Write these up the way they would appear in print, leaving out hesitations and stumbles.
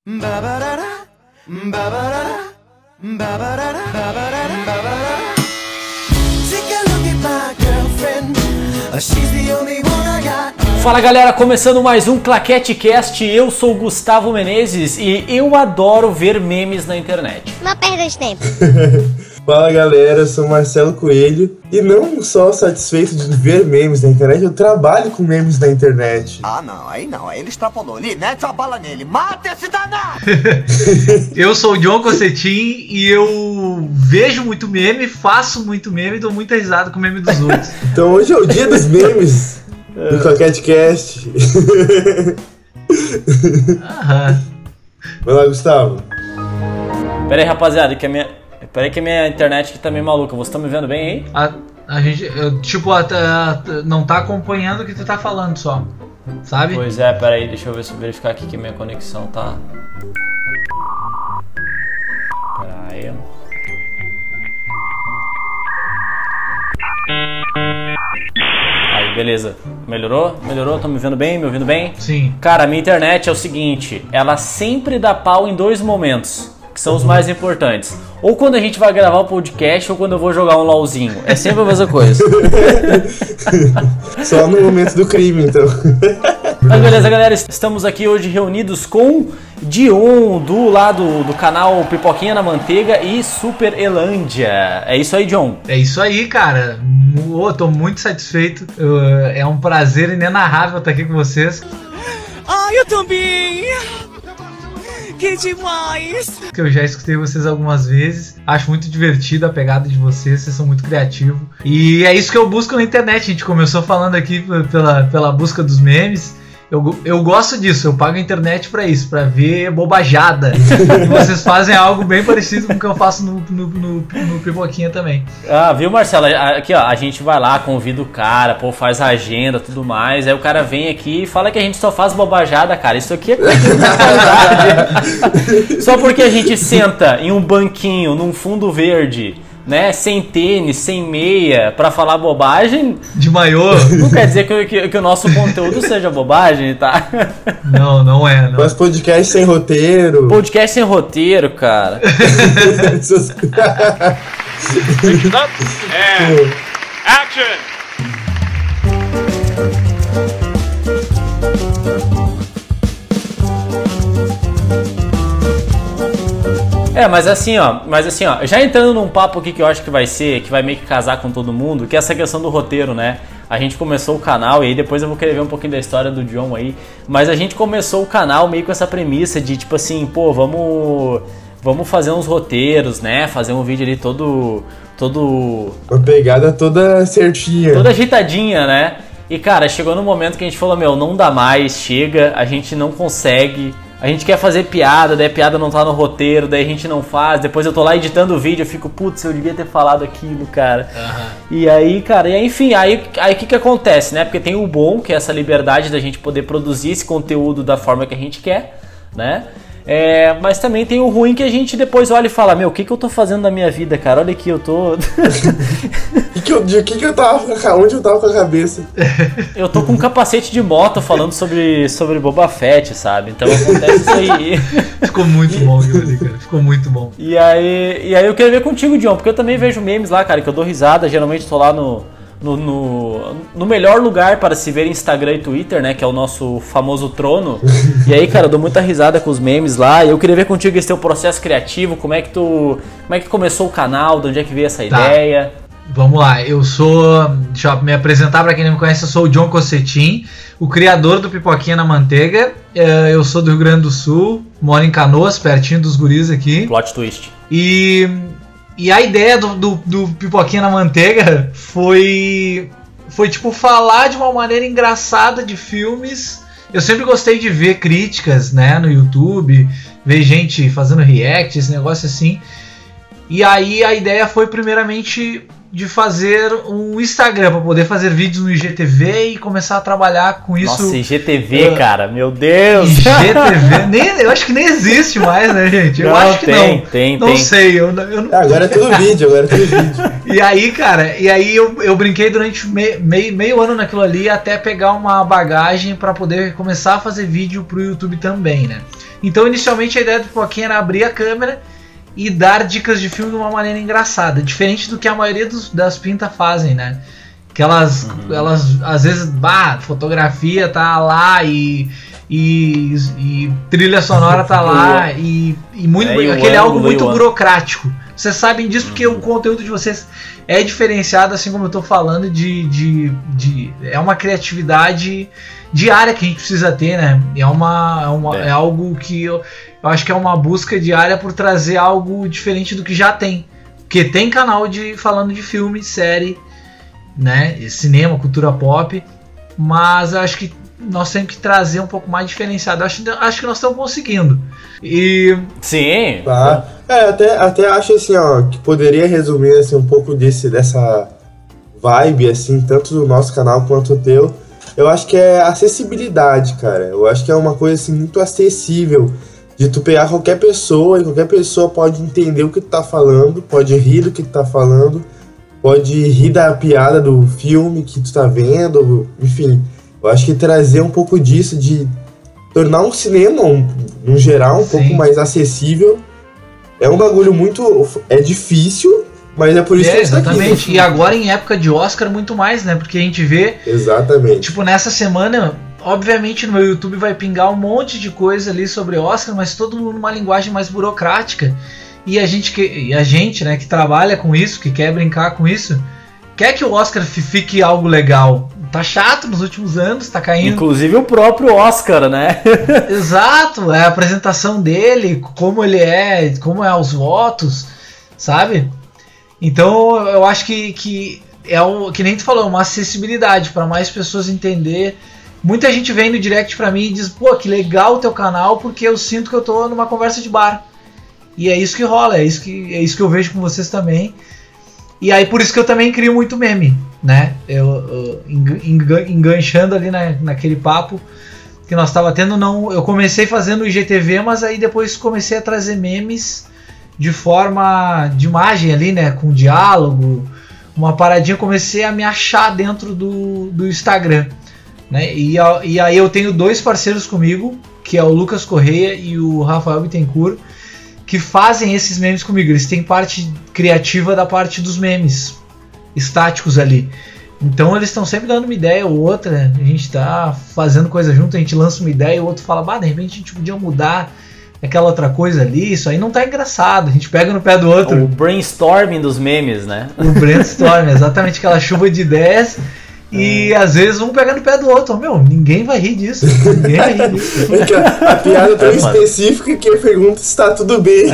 Fala galera, começando mais um Claquete Cast, eu sou o Gustavo Menezes e eu adoro ver memes na internet. Não perda de tempo. Fala galera, eu sou Marcelo Coelho e não só satisfeito de ver memes na internet, eu trabalho com memes na internet. Ah não, aí ele extrapolou, ele mete a bala nele, mata esse danado! Eu sou o John Cossetin e eu vejo muito meme, faço muito meme e dou muita risada com o meme dos outros. Então hoje é o dia dos memes do Claquete Cast. Aham. Vai lá, Gustavo. Pera aí rapaziada, que a minha internet aqui tá meio maluca, vocês estão me vendo bem aí? A gente, não tá acompanhando o que tu tá falando só, sabe? Pois é, pera aí, deixa eu verificar aqui que minha conexão tá... Pera aí... Aí, beleza. Melhorou? Melhorou? Estão me vendo bem? Me ouvindo bem? Sim. Cara, a minha internet é o seguinte, ela sempre dá pau em dois momentos, que são os mais importantes. Ou quando a gente vai gravar o podcast, ou quando eu vou jogar um LOLzinho. É sempre a mesma coisa. Só no momento do crime, então. Mas beleza, galera, estamos aqui hoje reunidos com Dion, do lado do canal Pipoquinha na Manteiga e Super Elândia. É isso aí, John? É isso aí, cara. Tô muito satisfeito. É um prazer inenarrável estar aqui com vocês. Ah, eu também! Que demais! Que eu já escutei vocês algumas vezes. Acho muito divertido a pegada de vocês são muito criativos. E é isso que eu busco na internet. A gente começou falando aqui pela busca dos memes. Eu gosto disso, eu pago a internet pra isso, pra ver bobajada. E vocês fazem algo bem parecido com o que eu faço no Pipoquinha também. Ah, viu, Marcelo? Aqui, ó, a gente vai lá, convida o cara, pô, faz a agenda, tudo mais. Aí o cara vem aqui e fala que a gente só faz bobajada, cara. Isso aqui é coisa de qualidade. Só porque a gente senta em um banquinho, num fundo verde, né, sem tênis, sem meia, pra falar bobagem. De maiô. Não quer dizer que o nosso conteúdo seja bobagem, tá? Não é. Mas podcast sem roteiro. Podcast sem roteiro, cara. Action! Mas assim, ó, já entrando num papo aqui que eu acho que vai meio que casar com todo mundo, que é essa questão do roteiro, né? A gente começou o canal, e aí depois eu vou querer ver um pouquinho da história do John aí, mas a gente começou o canal meio com essa premissa de, tipo assim, pô, vamos fazer uns roteiros, né? Fazer um vídeo ali todo... Uma pegada toda certinha. Toda ajeitadinha, né? E, cara, chegou no momento que a gente falou, não dá mais, chega, a gente não consegue... A gente quer fazer piada, daí a piada não tá no roteiro, daí a gente não faz. Depois eu tô lá editando o vídeo, eu fico, putz, eu devia ter falado aquilo, cara. Uhum. E aí, cara, enfim, aí o que acontece, né? Porque tem o bom, que é essa liberdade da gente poder produzir esse conteúdo da forma que a gente quer, né? Mas também tem o ruim que a gente depois olha e fala, o que eu tô fazendo na minha vida, cara? Olha aqui, eu tô... Onde eu tava com a cabeça? Eu tô com um capacete de moto falando sobre Boba Fett, sabe? Então acontece isso aí. Ficou muito bom aquilo ali, cara. Ficou muito bom. E aí eu queria ver contigo, John, porque eu também vejo memes lá, cara, que eu dou risada. Geralmente tô lá no melhor lugar para se ver Instagram e Twitter, né? Que é o nosso famoso trono. E aí, cara, eu dou muita risada com os memes lá. E eu queria ver contigo esse teu processo criativo. Como é que tu começou o canal? De onde é que veio essa ideia? Vamos lá, deixa eu me apresentar para quem não me conhece, eu sou o John Cossetin, o criador do Pipoquinha na Manteiga. Eu sou do Rio Grande do Sul, moro em Canoas, pertinho dos guris aqui. Plot twist. E a ideia do Pipoquinha na Manteiga foi tipo falar de uma maneira engraçada de filmes. Eu sempre gostei de ver críticas, né, no YouTube, ver gente fazendo react, esse negócio assim. E aí a ideia foi primeiramente de fazer um Instagram para poder fazer vídeos no IGTV e começar a trabalhar com isso. Nossa, IGTV, cara, meu Deus! IGTV, eu acho que nem existe mais, né, gente? Eu acho que tem. Não sei. Agora é tudo vídeo, E aí, cara, eu brinquei durante meio ano naquilo ali até pegar uma bagagem para poder começar a fazer vídeo pro YouTube também, né? Então, inicialmente, a ideia do Pipoquinha era abrir a câmera e dar dicas de filme de uma maneira engraçada, diferente do que a maioria das pintas fazem, né? Que elas às vezes, fotografia tá lá e trilha sonora tá lá e aquele algo muito burocrático. Vocês sabem disso porque o conteúdo de vocês é diferenciado, assim como eu tô falando, é uma criatividade diária que a gente precisa ter, né? É algo que eu acho que é uma busca diária por trazer algo diferente do que já tem. Porque tem canal falando de filme, série, né? Cinema, cultura pop, mas eu acho que nós temos que trazer um pouco mais diferenciado. Acho que nós estamos conseguindo. E... Sim. Tá. Até acho assim, ó, que poderia resumir assim, um pouco dessa vibe, assim, tanto do nosso canal quanto o teu. Eu acho que é acessibilidade, cara. Eu acho que é uma coisa assim, muito acessível, de tu pegar qualquer pessoa, e qualquer pessoa pode entender o que tu tá falando, pode rir do que tu tá falando, pode rir da piada do filme que tu tá vendo, enfim. Eu acho que trazer um pouco disso, de tornar um cinema, no geral, um pouco mais acessível, é um bagulho muito... é difícil, mas é por isso que a gente tá aqui. Exatamente, e agora em época de Oscar muito mais, né? Porque a gente vê... Exatamente. Tipo, nessa semana, obviamente no meu YouTube vai pingar um monte de coisa ali sobre Oscar, mas todo mundo numa linguagem mais burocrática. E a gente, né, que trabalha com isso, que quer brincar com isso, quer que o Oscar fique algo legal. Tá chato nos últimos anos, tá caindo. Inclusive o próprio Oscar, né? Exato, é a apresentação dele, como ele é, como é os votos, sabe? Então eu acho que é que nem tu falou, uma acessibilidade para mais pessoas entender. Muita gente vem no direct pra mim e diz, pô, que legal o teu canal, porque eu sinto que eu tô numa conversa de bar. E é isso que rola, é isso que eu vejo com vocês também. E aí por isso que eu também crio muito meme, né? Eu enganchando ali naquele papo que nós tava tendo, eu comecei fazendo o IGTV, mas aí depois comecei a trazer memes de forma de imagem ali, né? Com diálogo, uma paradinha, comecei a me achar dentro do Instagram, né? E aí eu tenho 2 parceiros comigo, que é o Lucas Correia e o Rafael Bittencourt, que fazem esses memes comigo. Eles têm parte criativa da parte dos memes estáticos ali. Então eles estão sempre dando uma ideia ou outra. A gente tá fazendo coisa junto, a gente lança uma ideia e o outro fala, de repente a gente podia mudar aquela outra coisa ali, isso aí não tá engraçado. A gente pega no pé do outro. O brainstorming dos memes, né? O brainstorming, exatamente, aquela chuva de ideias. E às vezes um pega no pé do outro. Ninguém vai rir disso. Ninguém vai rir disso. A piada é tão específica que eu pergunto se tá tudo bem.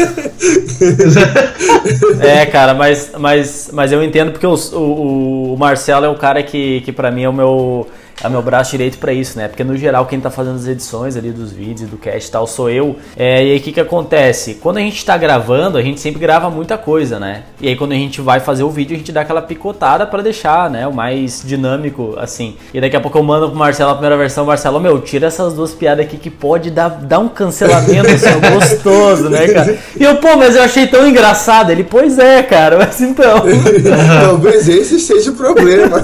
Cara, mas eu entendo porque o Marcelo é o cara que pra mim é o meu braço direito pra isso, né? Porque no geral quem tá fazendo as edições ali dos vídeos e do cast e tal sou eu. E aí o que acontece? Quando a gente tá gravando, a gente sempre grava muita coisa, né? E aí quando a gente vai fazer o vídeo, a gente dá aquela picotada pra deixar, né? O mais dinâmico, assim. E daqui a pouco eu mando pro Marcelo a primeira versão. Marcelo, tira essas 2 piadas aqui que pode dar um cancelamento, assim, gostoso, né, cara? E eu, mas eu achei tão engraçado. Ele, pois é, cara, mas então... Talvez esse seja o problema.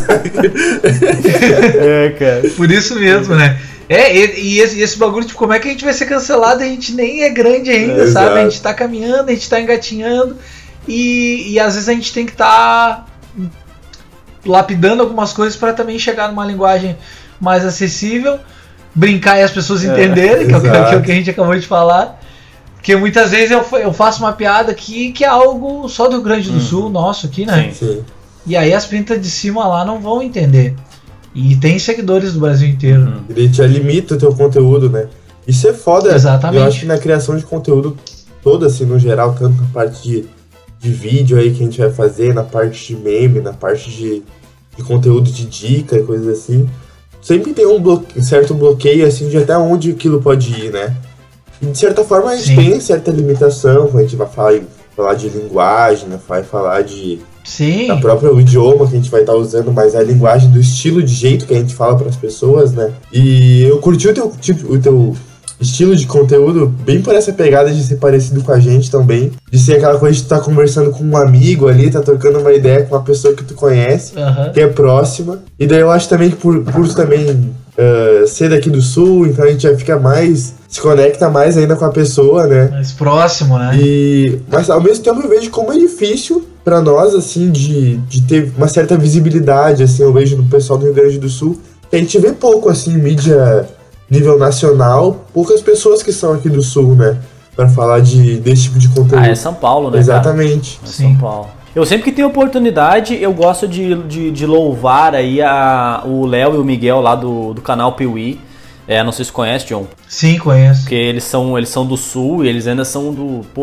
Cara. Por isso mesmo, né? E esse bagulho, tipo, como é que a gente vai ser cancelado? A gente nem é grande ainda, sabe? Exato. A gente tá caminhando, a gente tá engatinhando e às vezes a gente tem que tá lapidando algumas coisas para também chegar numa linguagem mais acessível, brincar e as pessoas entenderem, que é o que a gente acabou de falar. Porque muitas vezes eu faço uma piada aqui que é algo só do Rio Grande do Sul, nosso aqui, né? Sim. E aí as pintas de cima lá não vão entender. E tem seguidores do Brasil inteiro. Ele já limita o teu conteúdo, né? Isso é foda. Exatamente. Eu acho que na criação de conteúdo toda, assim, no geral, tanto na parte de vídeo aí que a gente vai fazer, na parte de meme, na parte de conteúdo de dica e coisas assim, sempre tem um certo bloqueio, assim, de até onde aquilo pode ir, né? E de certa forma a gente tem certa limitação, quando a gente vai falar de linguagem, né? Vai falar da própria idioma que a gente vai estar usando, mas a linguagem do estilo de jeito que a gente fala para as pessoas, né? E eu curti o teu estilo de conteúdo bem por essa pegada de ser parecido com a gente também, de ser aquela coisa de tu tá conversando com um amigo ali, tá trocando uma ideia com uma pessoa que tu conhece, que é próxima. E daí eu acho também que por também ser daqui do Sul, então a gente já fica mais se conecta mais ainda com a pessoa, né? Mais próximo, né? Mas ao mesmo tempo eu vejo como é difícil pra nós, assim, de ter uma certa visibilidade, assim, eu vejo no pessoal do Rio Grande do Sul, que a gente vê pouco, assim, mídia nível nacional, poucas pessoas que são aqui do Sul, né? Pra falar desse tipo de conteúdo. É São Paulo, né? Exatamente. Cara? É São Paulo. Eu sempre que tenho oportunidade, eu gosto de louvar aí o Léo e o Miguel lá do canal Piuí. Não sei se conhece, John. Sim, conheço. Porque eles são do Sul e eles ainda são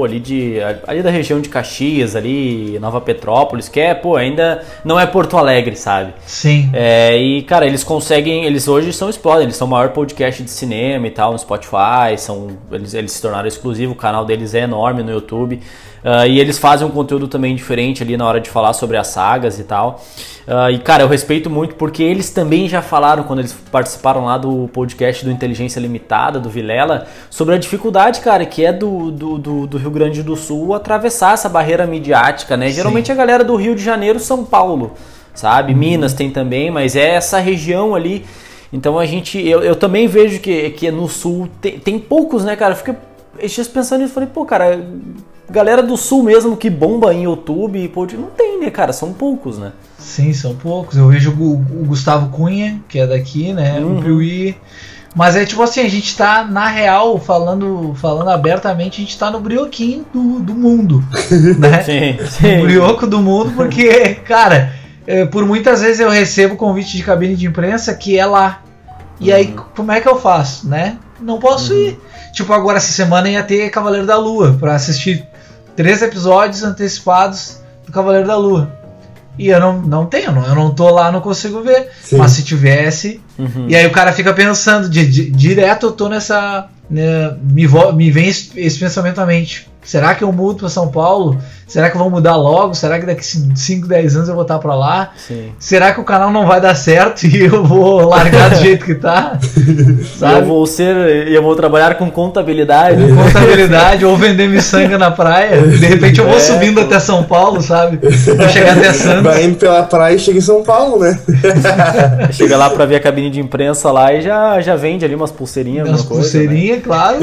ali da região de Caxias, ali, Nova Petrópolis, que ainda não é Porto Alegre, sabe? Sim. E, cara, eles hoje explodem, eles são o maior podcast de cinema e tal no Spotify, eles se tornaram exclusivos, o canal deles é enorme no YouTube. E eles fazem um conteúdo também diferente ali na hora de falar sobre as sagas e tal. E, cara, eu respeito muito porque eles também já falaram, quando eles participaram lá do podcast do Inteligência Limitada, do Vilela, sobre a dificuldade, cara, que é do Rio Grande do Sul atravessar essa barreira midiática, né? Sim. Geralmente a galera do Rio de Janeiro, São Paulo, sabe? Minas tem também, mas é essa região ali. Então eu também vejo que no Sul tem poucos, né, cara? Eu fiquei esses dias pensando nisso, falei, cara... Galera do Sul mesmo que bomba em YouTube e não tem, né, cara? São poucos, né? Sim, são poucos. Eu vejo o Gustavo Cunha, que é daqui, né? O Piuí. Mas é tipo assim, a gente tá, na real, falando abertamente, a gente tá no brioquinho do mundo, né? Sim. O brioco do mundo, porque, cara, por muitas vezes eu recebo convite de cabine de imprensa que é lá. E aí, como é que eu faço, né? Não posso ir. Tipo, agora essa semana ia ter Cavaleiro da Lua pra assistir 3 episódios antecipados do Cavaleiro da Lua. E eu não tenho, eu não tô lá, não consigo ver. Sim. Mas se tivesse... E aí o cara fica pensando, direto eu tô nessa... Né, me vem esse pensamento à mente. Será que eu mudo pra São Paulo? Será que eu vou mudar logo? Será que daqui 5, 10 anos eu vou estar pra lá? Sim. Será que o canal não vai dar certo e eu vou largar do jeito que tá? Sabe? Eu vou trabalhar com contabilidade. Ou vender miçanga na praia. De repente eu vou subindo até São Paulo, sabe? Vou chegar até Santos. Vai indo pela praia e chega em São Paulo, né? Chega lá pra ver a cabine de imprensa lá e já vende ali umas pulseirinhas. Umas pulseirinhas, né? Claro.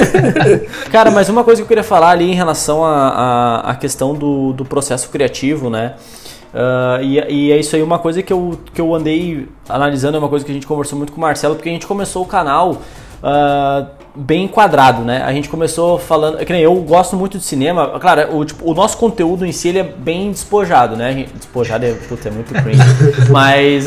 Cara, mas uma coisa que eu queria falar ali em relação à questão do processo criativo, né? E é isso aí, uma coisa que eu andei analisando, é uma coisa que a gente conversou muito com o Marcelo, porque a gente começou o canal bem enquadrado, né? A gente começou falando, que nem eu gosto muito de cinema, claro, o nosso conteúdo em si ele é bem despojado, né? Despojado é muito cringe, mas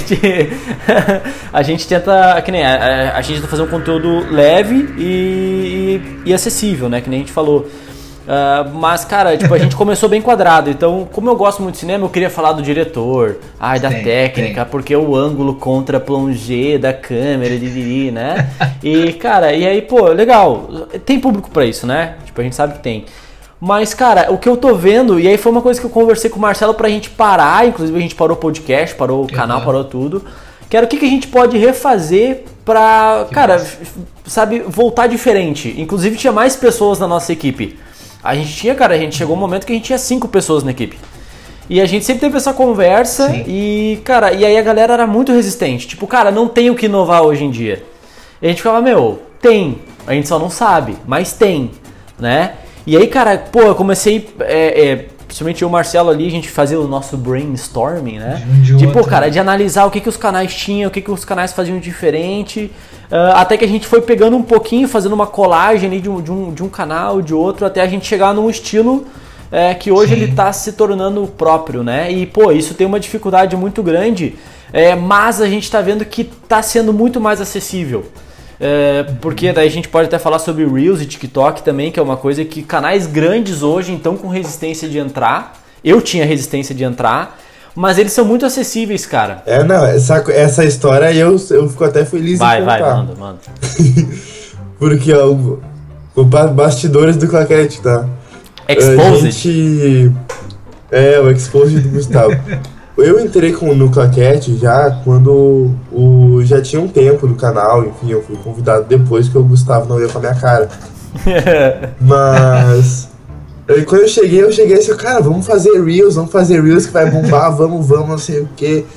a gente tenta, que nem a gente tenta fazer um conteúdo leve e acessível, né? Que nem a gente falou. Mas, cara, tipo, a gente começou bem quadrado. Então, como eu gosto muito de cinema, eu queria falar do diretor, da técnica, porque o ângulo contra plongé da câmera, né? E, cara, e aí, pô, legal. Tem público pra isso, né? Tipo, a gente sabe que tem. Mas, cara, o que eu tô vendo, e aí foi uma coisa que eu conversei com o Marcelo pra gente parar, inclusive a gente parou o podcast, parou o canal, parou tudo. Que era o que a gente pode refazer pra, cara, sabe, voltar diferente. Inclusive tinha mais pessoas na nossa equipe. A gente chegou um momento que a gente tinha 5 pessoas na equipe. E a gente sempre teve essa conversa. Sim. E, cara, e aí a galera era muito resistente. Tipo, cara, não tem o que inovar hoje em dia. E a gente ficava, tem. A gente só não sabe, mas tem, né? E aí, cara, pô, eu comecei, principalmente eu e o Marcelo ali, a gente fazia o nosso brainstorming, né? Cara, de analisar o que os canais tinham, o que os canais faziam diferente. Até que a gente foi pegando um pouquinho, fazendo uma colagem ali de um canal, de outro, até a gente chegar num estilo que hoje ele tá se tornando próprio, né? E, pô, isso tem uma dificuldade muito grande, mas a gente tá vendo que tá sendo muito mais acessível. Porque daí a gente pode até falar sobre Reels e TikTok também, que é uma coisa que canais grandes hoje estão com resistência de entrar. Eu tinha resistência de entrar, mas eles são muito acessíveis, cara. Essa história aí eu fico até feliz em contar. Vai, manda. Porque, o bastidores do Claquete, tá? Exposed? O Exposed do Gustavo. Eu entrei no Claquete já quando já tinha um tempo do canal, enfim, eu fui convidado depois que o Gustavo não ia com a minha cara. Mas... quando eu cheguei assim, cara, vamos fazer Reels que vai bombar, vamos, não sei o quê.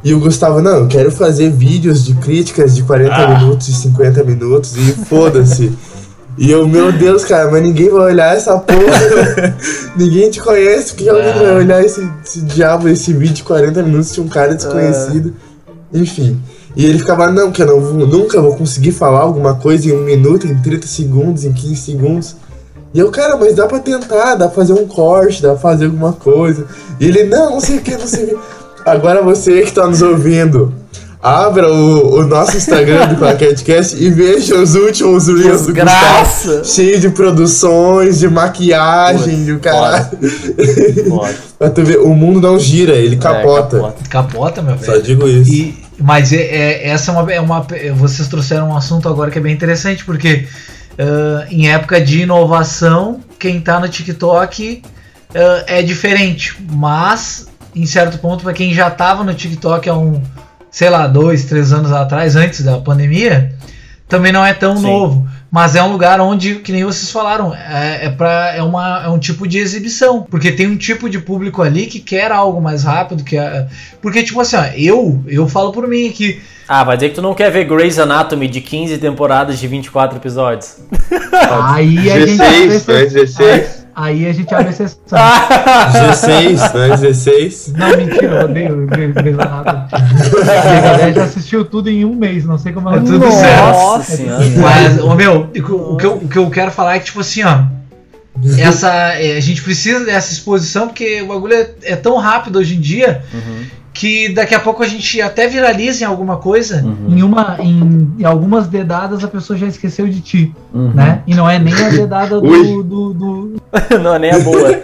E o Gustavo, não, eu quero fazer vídeos de críticas de 40 minutos e 50 minutos e foda-se. E eu, meu Deus, cara, mas ninguém vai olhar essa porra. Ninguém te conhece, por que alguém vai olhar esse diabo, esse vídeo de 40 minutos de um cara desconhecido? Enfim. E ele ficava, não, que eu nunca vou conseguir falar alguma coisa em 1 minuto, em 30 segundos, em 15 segundos. E eu, cara, mas dá pra tentar, dá pra fazer um corte, dá pra fazer alguma coisa. E ele, não sei o que, não sei o que. Agora você que tá nos ouvindo, abra o nosso Instagram do ClaqueteCast e veja os últimos Reels do Gustavo. Cheio de produções, de maquiagem, de caralho. Pra tu ver, o mundo não gira, ele capota. Capota, meu velho. Só digo isso. Mas essa é uma. Vocês trouxeram um assunto agora que é bem interessante, porque em época de inovação, quem tá no TikTok é diferente. Mas, em certo ponto, para quem já tava no TikTok há 2, 3 anos atrás, antes da pandemia, também não é tão novo. Mas é um lugar onde, que nem vocês falaram, é um tipo de exibição. Porque tem um tipo de público ali que quer algo mais rápido. Porque, tipo assim, ó, eu falo por mim que... vai dizer que tu não quer ver Grey's Anatomy de 15 temporadas de 24 episódios. Aí a 16. Aí a gente abre exceção. 16, né? 16. Não, mentira, eu odeio Grey's Anatomy. A galera já assistiu tudo em 1 mês, não sei como é tudo certo. Nossa senhora. Mas, o que eu quero falar é que, tipo assim, ó, a gente precisa dessa exposição, porque o bagulho é tão rápido hoje em dia, que daqui a pouco a gente até viraliza em alguma coisa, em algumas dedadas a pessoa já esqueceu de ti, né? E não é nem a dedada do... Não é nem a boa.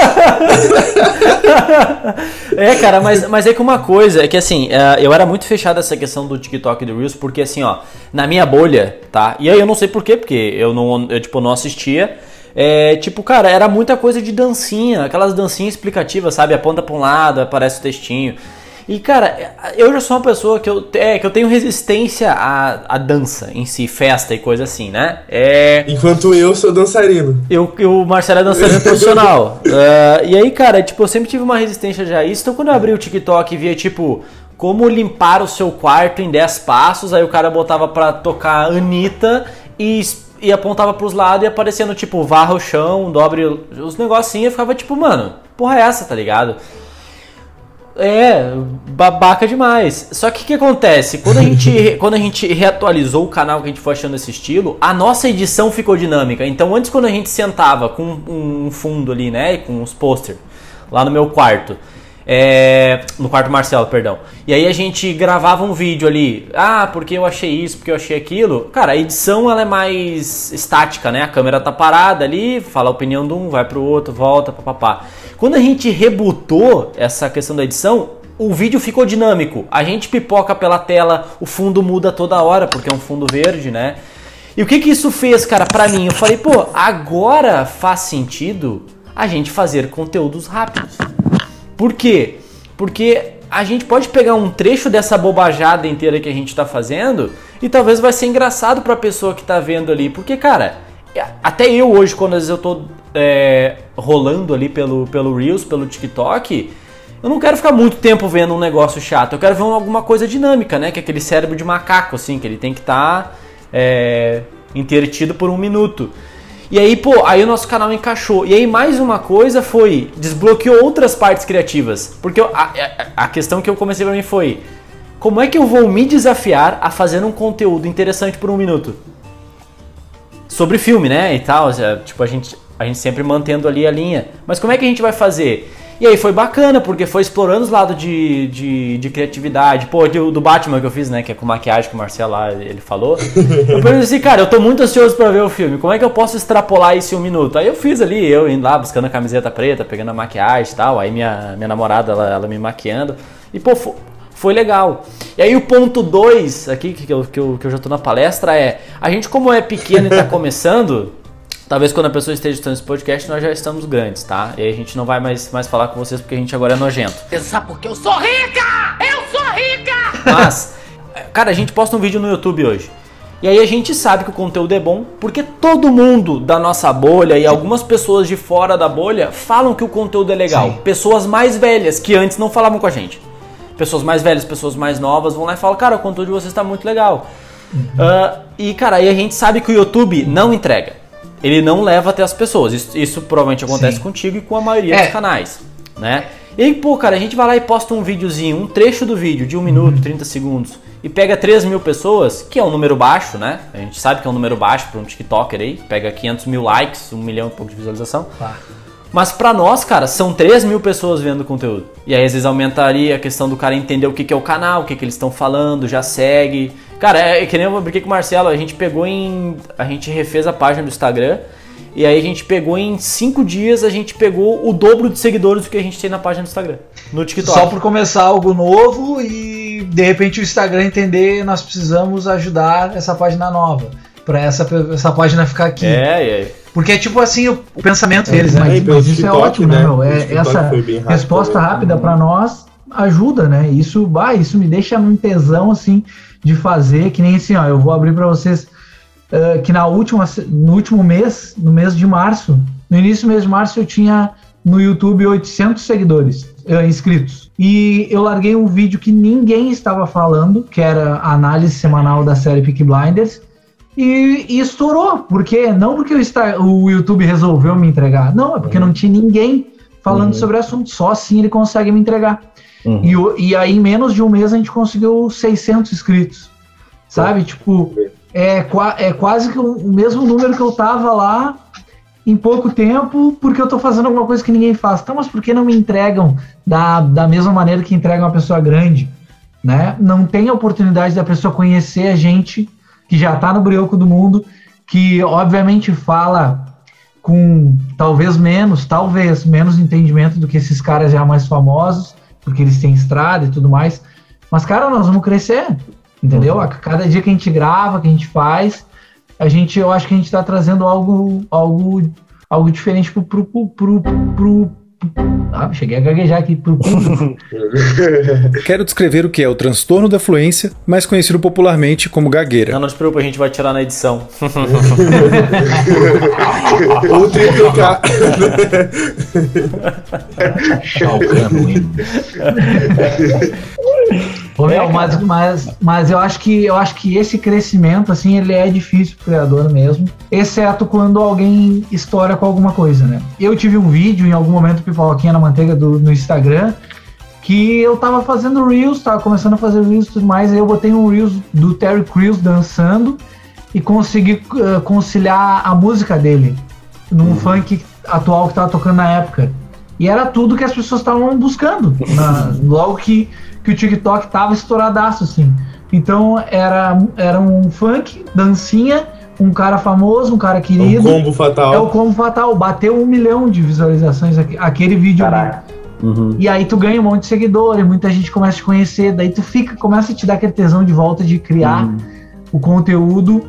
Cara, mas é que uma coisa é que assim, eu era muito fechado essa questão do TikTok e do Reels, porque assim, ó, na minha bolha, tá? E aí eu não sei porquê, porque eu não assistia. Tipo, cara, era muita coisa de dancinha, aquelas dancinhas explicativas, sabe? Aponta pra um lado, aparece o textinho. E, cara, eu já sou uma pessoa que eu tenho resistência à dança em si, festa e coisa assim, né? Enquanto eu sou dançarino. O Marcelo é dançarino profissional. E aí, cara, tipo, eu sempre tive uma resistência já a isso. Então, quando eu abri o TikTok e via, tipo, como limpar o seu quarto em 10 passos, aí o cara botava pra tocar Anitta e apontava pros lados e aparecendo, tipo, varra o chão, dobre os negocinhos, eu ficava tipo, mano, porra é essa, tá ligado? Babaca demais. Só que o que acontece? Quando a gente reatualizou o canal, que a gente foi achando esse estilo, a nossa edição ficou dinâmica. Então antes, quando a gente sentava com um fundo ali, né, com uns posters, lá no meu quarto, no quarto Marcelo, perdão. E aí a gente gravava um vídeo ali, porque eu achei isso, porque eu achei aquilo. Cara, a edição ela é mais estática, né? A câmera tá parada ali, fala a opinião de um, vai pro outro, volta, papapá. Quando a gente rebutou essa questão da edição, o vídeo ficou dinâmico. A gente pipoca pela tela, o fundo muda toda hora, porque é um fundo verde, né? E o que isso fez, cara, pra mim? Eu falei, agora faz sentido a gente fazer conteúdos rápidos. Por quê? Porque a gente pode pegar um trecho dessa bobajada inteira que a gente tá fazendo e talvez vai ser engraçado pra pessoa que tá vendo ali. Porque, cara, até eu hoje, quando às vezes eu tô rolando ali pelo Reels, pelo TikTok, eu não quero ficar muito tempo vendo um negócio chato. Eu quero ver alguma coisa dinâmica, né? Que é aquele cérebro de macaco, assim, que ele tem que estar entretido por 1 minuto. E aí, aí o nosso canal encaixou. E aí mais uma coisa desbloqueou outras partes criativas. Porque a questão que eu comecei pra mim foi, como é que eu vou me desafiar a fazer um conteúdo interessante por 1 minuto? Sobre filme, né, e tal. Tipo, a gente sempre mantendo ali a linha. Mas como é que a gente vai fazer? E aí foi bacana, porque foi explorando os lados de criatividade. Do Batman que eu fiz, né, que é com maquiagem que o Marcelo lá, ele falou. Eu pensei assim, cara, eu tô muito ansioso pra ver o filme. Como é que eu posso extrapolar isso em 1 minuto? Aí eu fiz ali, eu indo lá, buscando a camiseta preta, pegando a maquiagem e tal. Aí minha namorada, ela me maquiando. E, foi legal. E aí o ponto 2 aqui, que eu já tô na palestra, a gente como é pequeno e tá começando... Talvez quando a pessoa esteja estudando esse podcast, nós já estamos grandes, tá? E aí a gente não vai mais falar com vocês porque a gente agora é nojento. Sabe porque eu sou rica! Eu sou rica! Mas, cara, a gente posta um vídeo no YouTube hoje. E aí a gente sabe que o conteúdo é bom porque todo mundo da nossa bolha e algumas pessoas de fora da bolha falam que o conteúdo é legal. Sim. Pessoas mais velhas que antes não falavam com a gente. pessoas mais velhas, pessoas mais novas, vão lá e falam, cara, o conteúdo de vocês tá muito legal. E, cara, aí a gente sabe que o YouTube não entrega. Ele não leva até as pessoas. Isso provavelmente acontece contigo e com a maioria dos canais, né? E aí, pô, cara, a gente vai lá e posta um videozinho, um trecho do vídeo de 1 minuto, 30 segundos, e pega 3 mil pessoas, que é um número baixo, né? A gente sabe que é um número baixo para um TikToker aí, pega 500 mil likes, 1 milhão e pouco de visualização. Mas pra nós, cara, são 3 mil pessoas vendo o conteúdo. E aí, às vezes, aumentaria a questão do cara entender o que é o canal, o que eles estão falando, já segue. Cara, é que nem eu brinquei com o Marcelo, a gente refez a página do Instagram, e aí a gente pegou em 5 dias, a gente pegou o dobro de seguidores do que a gente tem na página do Instagram, no TikTok. Só por começar algo novo e de repente o Instagram entender, nós precisamos ajudar essa página nova, pra essa página ficar aqui. Porque é tipo assim o pensamento deles, né? Mas isso é ótimo, né, meu? Essa resposta rápida pra nós ajuda, né? Isso me deixa num tesão, assim, de fazer, que nem assim, ó, eu vou abrir pra vocês que no último mês, no mês de março, no início do mês de março eu tinha no YouTube 800 seguidores, inscritos. E eu larguei um vídeo que ninguém estava falando, que era a análise semanal da série Peaky Blinders, e estourou. Não porque o YouTube resolveu me entregar, não, é porque não tinha ninguém falando sobre o assunto, só assim ele consegue me entregar. E aí em menos de um mês a gente conseguiu 600 inscritos, sabe? Tipo, é quase que o mesmo número que eu tava lá em pouco tempo, porque eu tô fazendo alguma coisa que ninguém faz. Tá, mas por que não me entregam da mesma maneira que entregam uma pessoa grande, né? Não tem a oportunidade da pessoa conhecer a gente que já tá no brioco do mundo, que obviamente fala com talvez menos entendimento do que esses caras já mais famosos, porque eles têm estrada e tudo mais. Mas, cara, nós vamos crescer, entendeu? A cada dia que a gente grava, que a gente faz, eu acho que a gente tá trazendo algo diferente pro cheguei a gaguejar aqui pro público. Quero descrever o que é o transtorno da fluência, mais conhecido popularmente como gagueira. Não se preocupe, a gente vai tirar na edição. Ou triplicar. Mas eu acho que esse crescimento, assim, ele é difícil pro criador mesmo, exceto quando alguém estoura com alguma coisa, né? Eu tive um vídeo em algum momento, Pipoquinha na Manteiga, no Instagram, que eu tava fazendo Reels, tava começando a fazer Reels e tudo mais, aí eu botei um Reels do Terry Crews dançando e consegui conciliar a música dele num funk atual que tava tocando na época. E era tudo que as pessoas estavam buscando, logo que o TikTok tava estouradaço, assim. Então era um funk, dancinha, um cara famoso, um cara querido. Um combo fatal. É o combo fatal, bateu 1 milhão de visualizações aquele vídeo. Caraca. E aí tu ganha um monte de seguidores, muita gente começa a te conhecer, daí tu começa a te dar aquele tesão de volta de criar o conteúdo.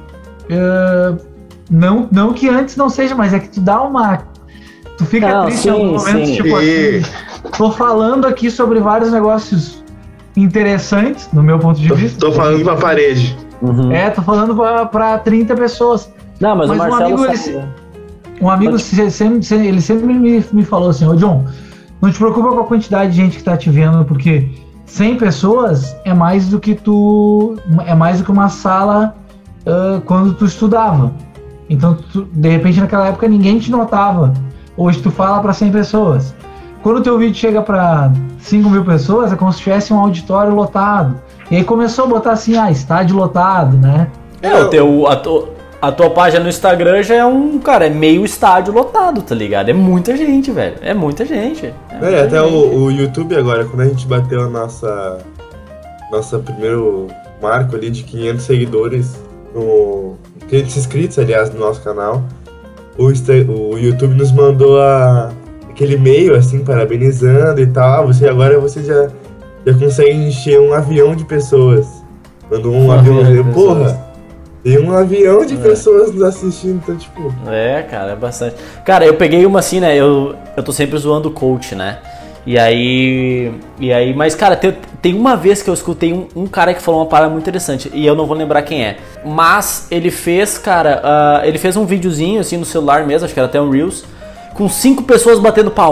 Não que antes não seja, mas é que tu dá uma... Tu fica triste em alguns momentos, tipo assim, tô falando aqui sobre vários negócios interessantes, do meu ponto de vista. Tô falando pra parede. Tô falando pra 30 pessoas. Não, mas o Marcelo um amigo ele sempre me falou assim, ô John, não te preocupa com a quantidade de gente que tá te vendo, porque 100 pessoas é mais do que uma sala quando tu estudava. Então, de repente, naquela época, ninguém te notava. Hoje tu fala para 100 pessoas. Quando o teu vídeo chega para 5 mil pessoas, é como se tivesse um auditório lotado. E aí começou a botar assim, estádio lotado, né? A tua página no Instagram já é é meio estádio lotado, tá ligado? É muita gente, velho. É muita gente. Até o YouTube agora, quando a gente bateu a nossa primeiro marco ali de 500 seguidores, 500 inscritos, aliás, no nosso canal, o YouTube nos mandou aquele e-mail, assim, parabenizando e tal. Você já consegue encher um avião de pessoas. Mandou um avião de porra! Tem um avião de pessoas nos assistindo, então, tipo... cara, é bastante. Cara, eu peguei uma assim, né, eu tô sempre zoando o coach, né? E aí, mas cara, tem uma vez que eu escutei um cara que falou uma parada muito interessante, e eu não vou lembrar quem é. Mas ele fez, cara, ele fez um videozinho assim no celular mesmo, acho que era até um Reels, com 5 pessoas batendo palma.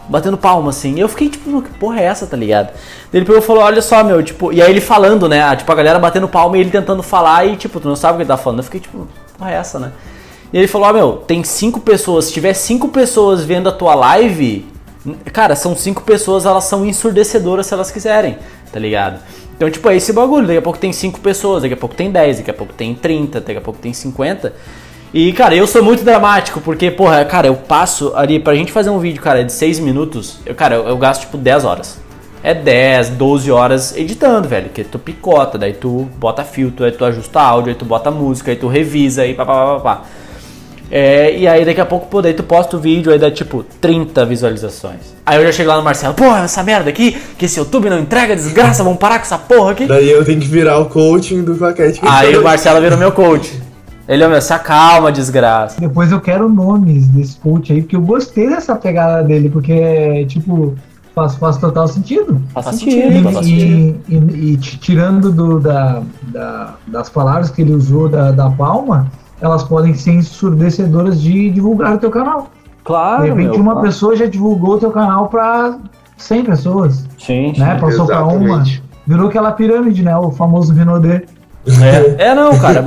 batendo palma, assim. E eu fiquei, tipo, que porra é essa, tá ligado? Daí ele pegou e falou, olha só, meu, tipo... E aí ele falando, né? Tipo, a galera batendo palma e ele tentando falar e, tipo, tu não sabe o que ele tá falando. Eu fiquei, tipo, porra é essa, né? E ele falou, meu, tem 5 pessoas. Se tiver 5 pessoas vendo a tua live... Cara, são 5 pessoas, elas são ensurdecedoras se elas quiserem, tá ligado? Então, tipo, é esse bagulho. Daqui a pouco tem 5 pessoas, daqui a pouco tem 10, daqui a pouco tem 30, daqui a pouco tem 50... E, cara, eu sou muito dramático, porque, porra, cara, eu passo ali, pra gente fazer um vídeo, cara, de 6 minutos, eu gasto, tipo, 10 horas. É 10, 12 horas editando, velho, que tu picota, daí tu bota filtro, aí tu ajusta áudio, aí tu bota música, aí tu revisa, aí pá. E aí daqui a pouco, pô, daí tu posta o vídeo, aí dá, tipo, 30 visualizações. Aí eu já chego lá no Marcelo, porra, essa merda aqui, que esse YouTube não entrega, desgraça, vamos parar com essa porra aqui. Daí eu tenho que virar o coaching do Claquete. Aí o Marcelo vira o meu coach. Ele, meu, se acalma, desgraça. Depois eu quero nomes desse coach aí, porque eu gostei dessa pegada dele, porque, tipo, faz total sentido. Faz sentido. E tirando das palavras que ele usou da palma, elas podem ser ensurdecedoras de divulgar o teu canal. Claro, de repente uma pessoa já divulgou o teu canal para 100 pessoas. Sim. Né? Passou para uma. Virou aquela pirâmide, né? O famoso Rinodê. Não, cara.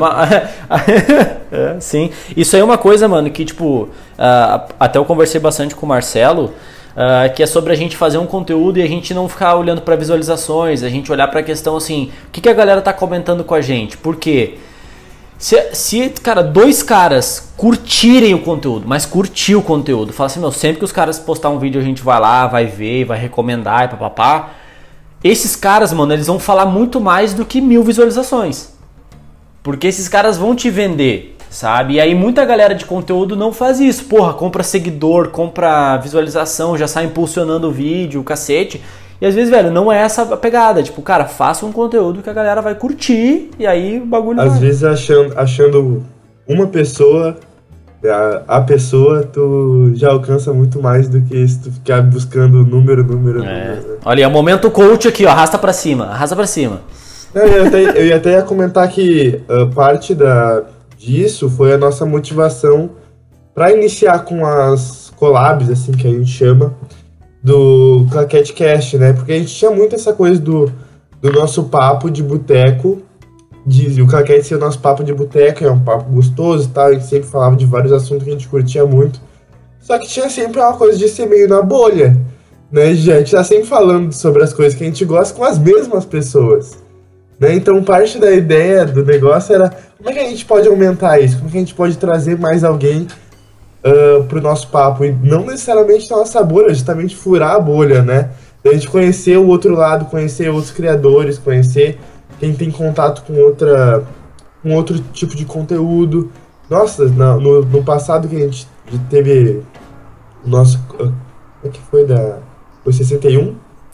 Sim. Isso aí é uma coisa, mano, que tipo, até eu conversei bastante com o Marcelo, que é sobre a gente fazer um conteúdo e a gente não ficar olhando para visualizações, a gente olhar para a questão assim, o que a galera tá comentando com a gente? Por quê? Se, cara, 2 caras curtirem o conteúdo, mas curtir o conteúdo, fala assim, meu, sempre que os caras postar um vídeo a gente vai lá, vai ver, vai recomendar e papapá. Esses caras, mano, eles vão falar muito mais do que 1000 visualizações. Porque esses caras vão te vender, sabe? E aí muita galera de conteúdo não faz isso. Porra, compra seguidor, compra visualização, já sai impulsionando o vídeo, o cacete. E às vezes, velho, não é essa a pegada. Tipo, cara, faça um conteúdo que a galera vai curtir e aí o bagulho às vezes achando uma pessoa... A pessoa, tu já alcança muito mais do que se tu ficar buscando número. Olha, é o momento coach aqui, ó, arrasta pra cima. Não, eu ia até comentar que parte disso foi a nossa motivação para iniciar com as collabs, assim, que a gente chama, do Claquete Cast, né? Porque a gente tinha muito essa coisa do nosso papo de boteco, o Claquete ser o nosso papo de boteco, é um papo gostoso e tal, a gente sempre falava de vários assuntos que a gente curtia muito, só que tinha sempre uma coisa de ser meio na bolha, né? A gente tá sempre falando sobre as coisas que a gente gosta com as mesmas pessoas, né? Então parte da ideia do negócio era como é que a gente pode aumentar isso, como é que a gente pode trazer mais alguém pro nosso papo, e não necessariamente na nossa bolha, justamente furar a bolha, né? A gente conhecer o outro lado, conhecer outros criadores, conhecer quem tem contato com outro tipo de conteúdo. Nossa, no passado que a gente teve o nosso... Como é que foi? Foi 61?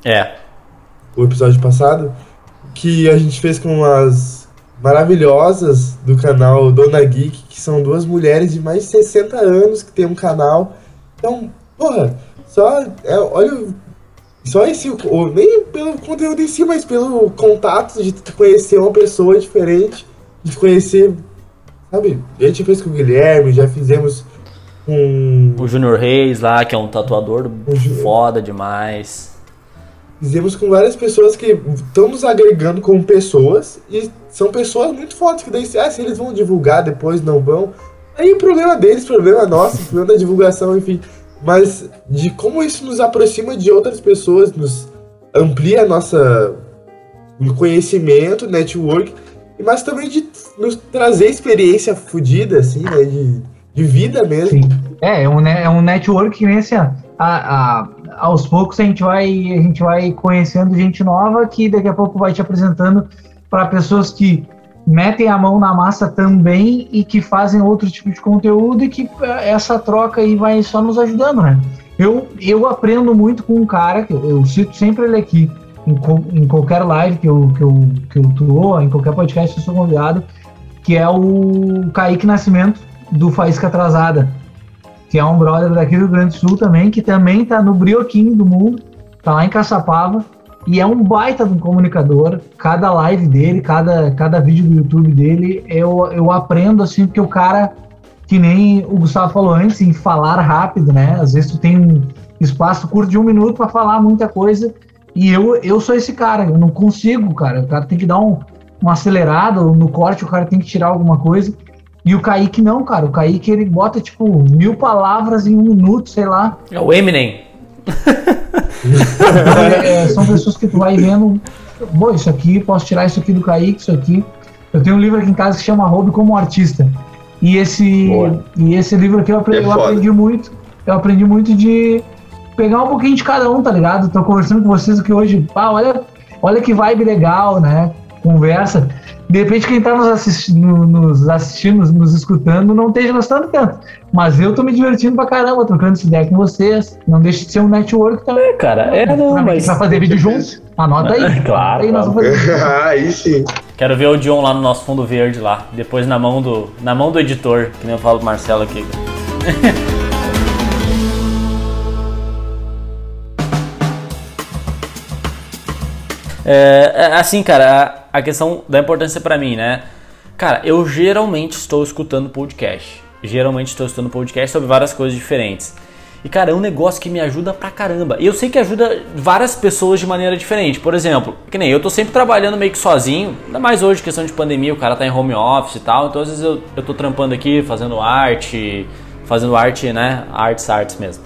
O episódio passado. Que a gente fez com as maravilhosas do canal Dona Geek, que são 2 mulheres de mais de 60 anos que tem um canal. Então, porra, olha... Só nem pelo conteúdo em si, mas pelo contato de tu conhecer uma pessoa diferente, de conhecer, sabe? A gente fez com o Guilherme, já fizemos com... O Junior Reis lá, que é um tatuador foda demais. Fizemos com várias pessoas que estão nos agregando como pessoas, e são pessoas muito fodas, que daí se eles vão divulgar depois, não vão, aí o problema deles, problema nosso, problema da divulgação, enfim... Mas de como isso nos aproxima de outras pessoas, nos amplia nosso conhecimento, network, mas também de nos trazer experiência fodida, assim, né, de vida mesmo. Sim. É um network que, assim, aos poucos a gente vai conhecendo gente nova que daqui a pouco vai te apresentando para pessoas que metem a mão na massa também e que fazem outro tipo de conteúdo, e que essa troca aí vai só nos ajudando, né? Eu aprendo muito com um cara, que eu cito sempre ele aqui, em qualquer live que eu tô, em qualquer podcast que eu sou convidado, que é o Kaique Nascimento, do Faísca Atrasada, que é um brother daqui do Rio Grande do Sul também, que também tá no brioquinho do mundo, tá lá em Caçapava, e é um baita de um comunicador. Cada live dele, cada vídeo do YouTube dele, eu aprendo, assim, porque o cara, que nem o Gustavo falou antes, em falar rápido, né? Às vezes tu tem espaço curto de 1 minuto para falar muita coisa. E eu sou esse cara, eu não consigo, cara. O cara tem que dar uma acelerada, no corte o cara tem que tirar alguma coisa. E o Kaique não, cara. O Kaique, ele bota, tipo, 1000 palavras em 1 minuto, sei lá. É o Eminem. São pessoas que tu vai vendo, bom, isso aqui, posso tirar isso aqui do Kaique, isso aqui. Eu tenho um livro aqui em casa que chama Hobby como Artista. E esse livro aqui eu aprendi muito. Eu aprendi muito de pegar um pouquinho de cada um, tá ligado? Tô conversando com vocês aqui hoje. Olha que vibe legal, né? Conversa. De repente quem tá nos assistindo, nos escutando, não esteja gostando tanto. Mas eu tô me divertindo pra caramba, trocando essa ideia com vocês. Não deixe de ser um network também. Cara, mas pra fazer vídeo juntos, anota aí. Claro. Aí nós vamos fazer. Aí sim. Quero ver o John lá no nosso fundo verde lá. Depois na mão do editor, que nem eu falo pro Marcelo aqui. Assim, cara, a questão da importância pra mim, né? Cara, eu geralmente estou escutando podcast. Sobre várias coisas diferentes. E, cara, é um negócio que me ajuda pra caramba. E eu sei que ajuda várias pessoas de maneira diferente. Por exemplo, que nem eu tô sempre trabalhando meio que sozinho. Ainda mais hoje, questão de pandemia, o cara tá em home office e tal. Então, às vezes eu tô trampando aqui, fazendo arte, né? Artes mesmo.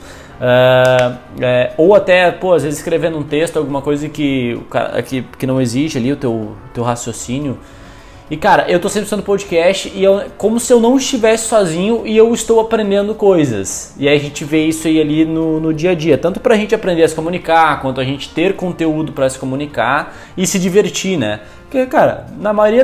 Ou até, às vezes escrevendo um texto, alguma coisa que não existe ali, o teu raciocínio. E, cara, eu tô sempre escutando podcast e como se eu não estivesse sozinho e eu estou aprendendo coisas. E aí a gente vê isso aí ali no dia a dia. Tanto pra gente aprender a se comunicar, quanto a gente ter conteúdo pra se comunicar e se divertir, né? Porque, cara, na maioria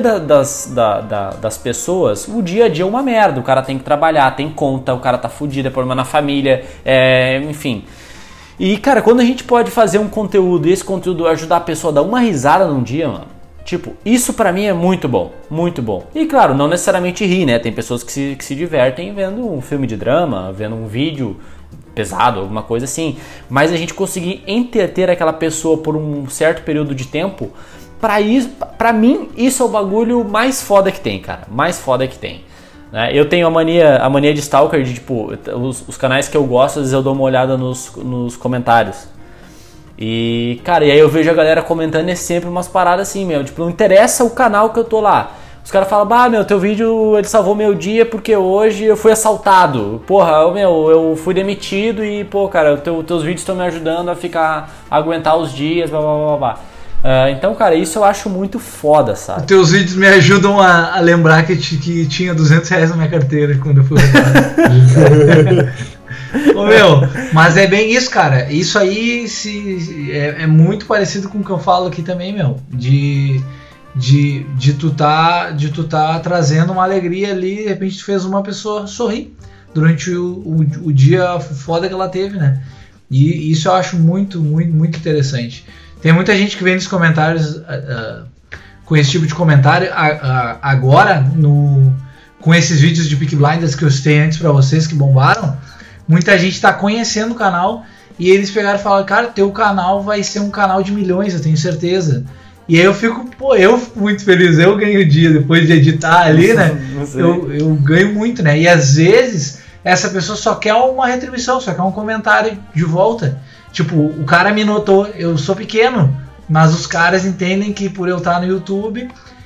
das pessoas, o dia a dia é uma merda. O cara tem que trabalhar, tem conta, o cara tá fudido, é problema na família, enfim. E, cara, quando a gente pode fazer um conteúdo e esse conteúdo ajudar a pessoa a dar uma risada num dia, mano, tipo, isso pra mim é muito bom, muito bom. E claro, não necessariamente rir, né? Tem pessoas que se divertem vendo um filme de drama, vendo um vídeo pesado, alguma coisa assim. Mas a gente conseguir entreter aquela pessoa por um certo período de tempo, pra mim, isso é o bagulho mais foda que tem, cara. Mais foda que tem. Né? Eu tenho a mania de stalker, de tipo, os canais que eu gosto, às vezes eu dou uma olhada nos comentários. E, cara, e aí eu vejo a galera comentando é sempre umas paradas assim, meu. Tipo, não interessa o canal que eu tô lá. Os caras falam, teu vídeo ele salvou meu dia porque hoje eu fui assaltado. Porra, eu fui demitido e, cara, teus vídeos estão me ajudando a aguentar os dias, blá blá blá blá. Então, cara, isso eu acho muito foda, sabe? Os teus vídeos me ajudam a lembrar que tinha R$200 na minha carteira quando eu fui roubado. Mas é bem isso, cara. Isso aí é muito parecido com o que eu falo aqui também, meu. De tu tá trazendo uma alegria ali, de repente tu fez uma pessoa sorrir durante o dia foda que ela teve, né? E isso eu acho muito, muito, muito interessante. Tem muita gente que vem nos comentários com esse tipo de comentário agora, com esses vídeos de Peaky Blinders que eu citei antes pra vocês, que bombaram. Muita gente tá conhecendo o canal e eles pegaram e falaram, cara, teu canal vai ser um canal de milhões, eu tenho certeza. E aí eu fico muito feliz, eu ganho o dia depois de editar ali, né? Eu ganho muito, né? E às vezes essa pessoa só quer uma retribuição, só quer um comentário de volta. Tipo, o cara me notou, eu sou pequeno, mas os caras entendem que por eu estar no YouTube,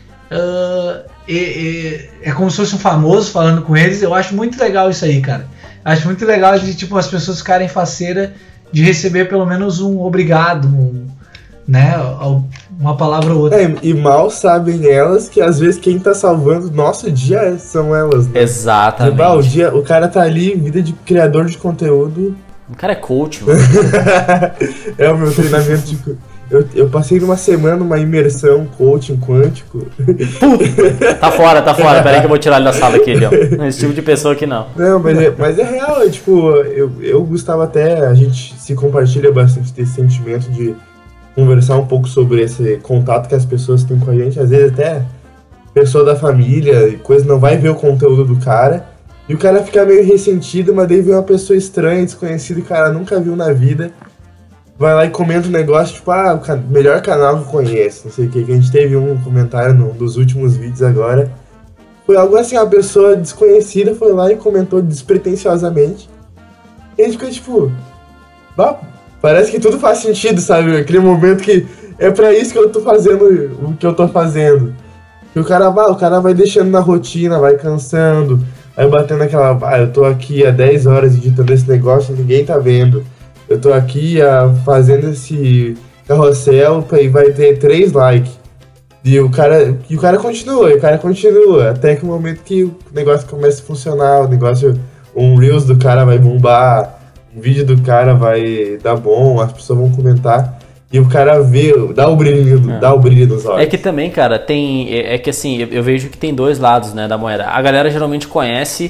é como se fosse um famoso falando com eles. Eu acho muito legal isso aí, cara. Acho muito legal de, tipo, as pessoas ficarem faceira de receber pelo menos um obrigado, né? Uma palavra ou outra. E mal sabem elas que às vezes quem tá salvando nosso dia são elas, né? Exatamente. O cara tá ali, vida de criador de conteúdo. O cara é coach, mano. É o meu treinamento de... Eu passei numa semana uma imersão coaching quântico. Tá fora. Peraí que eu vou tirar ele da sala aqui, Leon. Esse tipo de pessoa aqui não. Não, mas é real. Eu gostava até... A gente se compartilha bastante desse sentimento de conversar um pouco sobre esse contato que as pessoas têm com a gente. Às vezes até pessoa da família e coisa não vai ver o conteúdo do cara. E o cara fica meio ressentido, mas daí vem uma pessoa estranha, desconhecida, e o cara nunca viu na vida. Vai lá e comenta um negócio, tipo, o melhor canal que eu conheço, não sei o que. A gente teve um comentário num dos últimos vídeos agora. Foi algo assim, a pessoa desconhecida foi lá e comentou despretensiosamente. E a gente ficou tipo, Parece que tudo faz sentido, sabe? Aquele momento que é pra isso que eu tô fazendo o que eu tô fazendo. E o cara vai deixando na rotina, vai cansando, vai batendo aquela... eu tô aqui há 10 horas editando esse negócio e ninguém tá vendo. Eu tô aqui fazendo esse carrossel e vai ter 3 likes. E o cara continua, até que o momento que o negócio começa a funcionar, um Reels do cara vai bombar, um vídeo do cara vai dar bom, as pessoas vão comentar, e o cara dá o brilho nos olhos. É que também, cara, é que assim, eu vejo que tem 2 lados, né, da moeda. A galera geralmente conhece